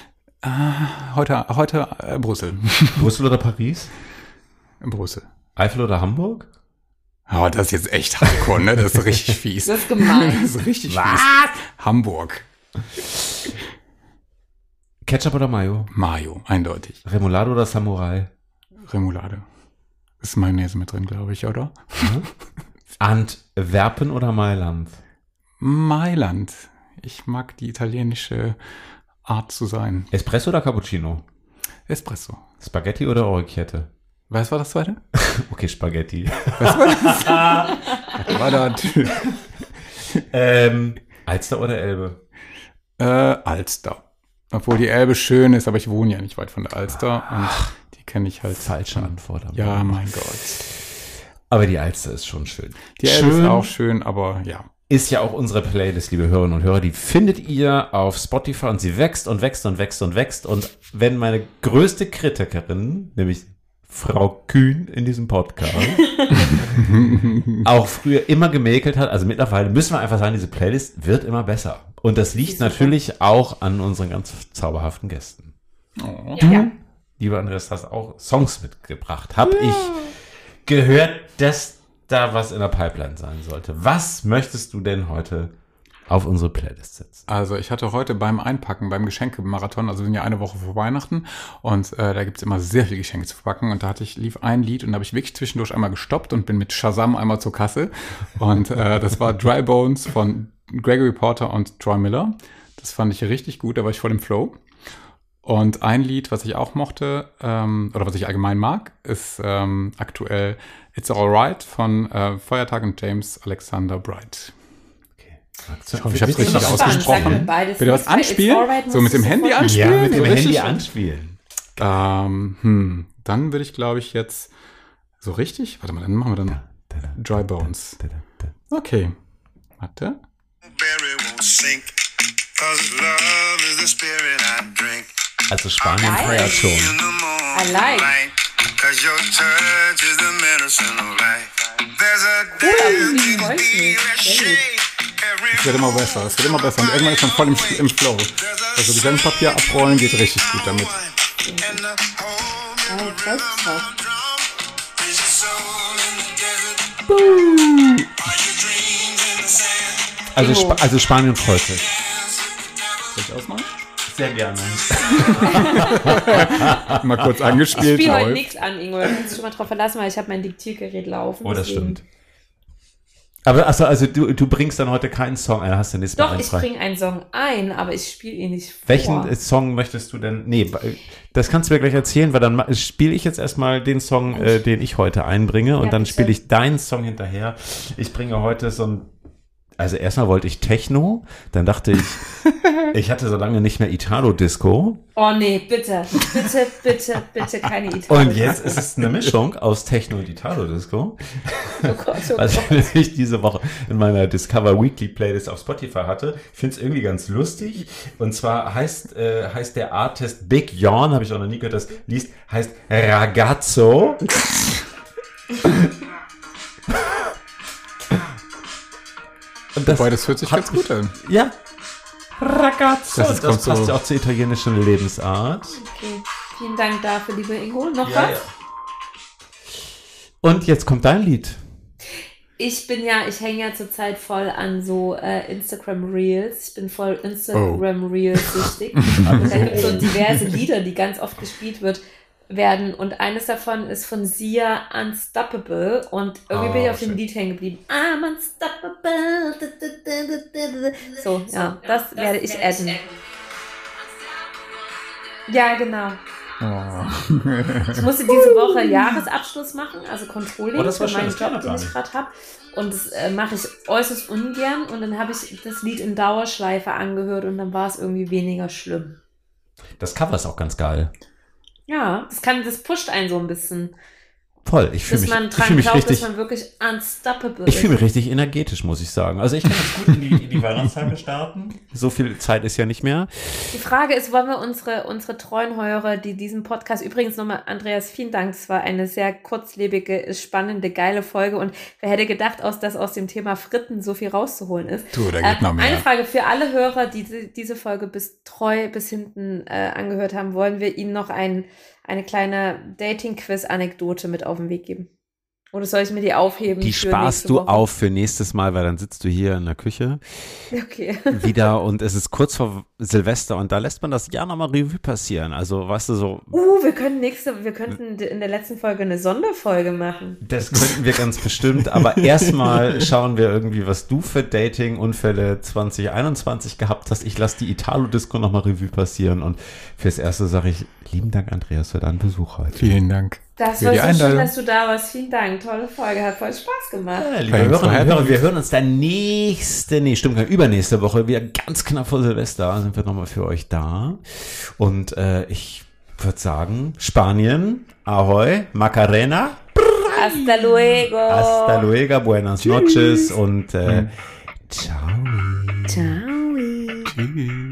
ah, heute, heute äh, Brüssel. Brüssel oder Paris? Brüssel. Eifel oder Hamburg? Oh, das ist jetzt echt hardcore, ne? Das ist richtig fies. Das ist gemein. Das ist richtig fies. Hamburg. Ketchup oder Mayo? Mayo, eindeutig. Remoulade oder Samurai? Remoulade. Ist Mayonnaise mit drin, glaube ich, oder? Antwerpen oder Mailand? Mailand. Ich mag die italienische Art zu sein. Espresso oder Cappuccino? Espresso. Spaghetti oder Orecchiette? Was war das zweite? Okay, Spaghetti. Was war das? war das? ähm, Alster oder Elbe? Äh, Alster. Obwohl die Elbe schön ist, aber ich wohne ja nicht weit von der Alster. Und die kenne ich halt. Falsche Antwort. aber- Ja, mein Gott. Aber die Alster ist schon schön. Die Elbe ist auch schön, aber ja. Ist ja auch unsere Playlist, liebe Hörerinnen und Hörer. Die findet ihr auf Spotify und sie wächst und wächst und wächst und wächst. Und wenn meine größte Kritikerin, nämlich Frau Kühn in diesem Podcast, auch früher immer gemäkelt hat, also mittlerweile müssen wir einfach sagen, diese Playlist wird immer besser. Und das liegt natürlich auch an unseren ganz zauberhaften Gästen. Oh. Du, Ja. lieber Andreas, hast auch Songs mitgebracht. Hab ich gehört, dass da was in der Pipeline sein sollte. Was möchtest du denn heute auf unsere Playlist setzen? Also ich hatte heute beim Einpacken, beim Geschenkemarathon, also wir sind ja eine Woche vor Weihnachten und äh, da gibt's immer sehr viele Geschenke zu verpacken und da hatte ich, lief ein Lied und da habe ich wirklich zwischendurch einmal gestoppt und bin mit Shazam einmal zur Kasse und äh, das war Dry Bones von Gregory Porter und Troy Miller. Das fand ich richtig gut, da war ich voll im Flow. Und ein Lied, was ich auch mochte, ähm, oder was ich allgemein mag, ist ähm, aktuell It's Alright von äh, Feiertag und James Alexander Bright. Okay. Ich hoffe, ich habe es richtig Spannend, ausgesprochen. sag mir beides Will ihr was nicht, weil It's anspielen? Alright So mit dem musst du Handy sofort- anspielen? Ja, mit dem So Handy richtig? anspielen. Ähm, hm, dann würde ich, glaube ich, jetzt so richtig. Warte mal, dann machen wir dann Dry Bones. Okay. Warte. Berry won't sink, 'cause love is the spirit I drink. Also Spanien Geil. feiert schon. In the morning I like. light, 'cause your touch is the medicine of life. There's a Cool, aber irgendwie deep, freut mich. deep Sehr gut. shade. Every Es wird immer besser, es wird immer besser. Und irgendwann ist man voll im, im Flow. Also Geschenkpapier abrollen geht richtig gut damit. and the home Ah, ich freue mich drauf. drum is your soul in the desert. Are your dreams in the sand? Also, Ingo. Sp also Spanien freut sich. Soll ich ausmachen? Sehr gerne. Mal kurz Ich angespielt. spiele heute läuft. nichts an, Ingo. Da kannst du schon mal drauf verlassen, weil ich habe mein Diktiergerät laufen. Oh, das deswegen- stimmt. Aber also, also du, du bringst dann heute keinen Song ein, hast du nächstes Mal Doch, einen ich frei. bringe einen Song ein, aber ich spiele ihn nicht vor. Welchen Song möchtest du denn? Nee, das kannst du mir gleich erzählen, weil dann spiele ich jetzt erstmal den Song, äh, den ich heute einbringe und Ja, dann bitte. spiele ich deinen Song hinterher. Ich bringe heute so ein, also erstmal wollte ich Techno, dann dachte ich, ich hatte so lange nicht mehr Italo-Disco Oh nee, bitte, bitte, bitte, bitte keine Italien. und jetzt ist es eine Mischung aus Techno und Italo-Disco. Oh Gott, oh Was Gott. ich nämlich diese Woche in meiner Discover Weekly Playlist auf Spotify hatte. Ich finde es irgendwie ganz lustig. Und zwar heißt, äh, heißt der Artist Big Yawn, habe ich auch noch nie gehört, das liest, heißt Ragazzo. Und das, Wobei, das hört sich hat ganz gut an. ja, Ragazzo. Das Das, ist- kommt passt so- ja auch zur italienischen Lebensart. Okay, vielen Dank dafür, liebe Ingo. Noch Ja, was? ja. Und jetzt kommt dein Lied. Ich bin ja, ich hänge ja zurzeit voll an so äh, Instagram Reels. Ich bin voll Instagram Reels süchtig. Und da gibt es so diverse Lieder, die ganz oft gespielt wird, werden. Und eines davon ist von Sia, Unstoppable. Und irgendwie Oh, bin ich auf schön. dem Lied hängen geblieben. I'm unstoppable. So, ja, das werde ich adden. Ja, genau. Oh. Ich musste diese Woche Jahresabschluss machen, also Controlling Oh, das war für schön, meinen das kenn Job, ich gar den ich nicht. gerade habe. Und das äh, mache ich äußerst ungern. Und dann habe ich das Lied in Dauerschleife angehört und dann war es irgendwie weniger schlimm. Das Cover ist auch ganz geil. Ja, das kann, das pusht einen so ein bisschen. Voll. Ich fühle Dass mich, man ich dran fühl mich glaubt, richtig. dass man wirklich unstoppable Ich fühle ist. mich richtig energetisch, muss ich sagen. Also ich kann jetzt gut in die, in die Weihnachtstage starten. So viel Zeit ist ja nicht mehr. Die Frage ist, wollen wir unsere, unsere treuen Hörer, die diesen Podcast, übrigens nochmal, Andreas, vielen Dank, es war eine sehr kurzlebige, spannende, geile Folge und wer hätte gedacht, aus, dass aus dem Thema Fritten so viel rauszuholen ist. Du, da geht noch mehr. Eine Frage für alle Hörer, die die- diese Folge bis treu bis hinten äh, angehört haben, wollen wir Ihnen noch ein, eine kleine Dating-Quiz-Anekdote mit auf den Weg geben? Oder soll ich mir die aufheben? Die für sparst nächste du Woche? auf für nächstes Mal, weil dann sitzt du hier in der Küche Okay. wieder und es ist kurz vor Silvester und da lässt man das Jahr nochmal Revue passieren. Also, weißt du, so, Uh, wir können nächste, wir könnten in der letzten Folge eine Sonderfolge machen. das könnten wir ganz bestimmt, aber erstmal schauen wir irgendwie, was du für Dating-Unfälle zwanzig einundzwanzig gehabt hast. Ich lasse die Italo-Disco nochmal Revue passieren und fürs Erste sage ich, lieben Dank, Andreas, für deinen Besuch heute. Vielen Dank. Das für war die so schön, Einladung. dass du da warst. Vielen Dank. Tolle Folge. Hat voll Spaß gemacht. Ja, liebe Thanks for Hörerinnen und having Hörer, me. wir hören uns dann nächste, nee, stimmt gar nicht, übernächste Woche wieder ganz knapp vor Silvester sind wir nochmal für euch da. Und äh, ich würde sagen, Spanien, Ahoi, Macarena, Hasta luego. hasta luego, buenas noches und äh, ciao. Ciao. Tschüss.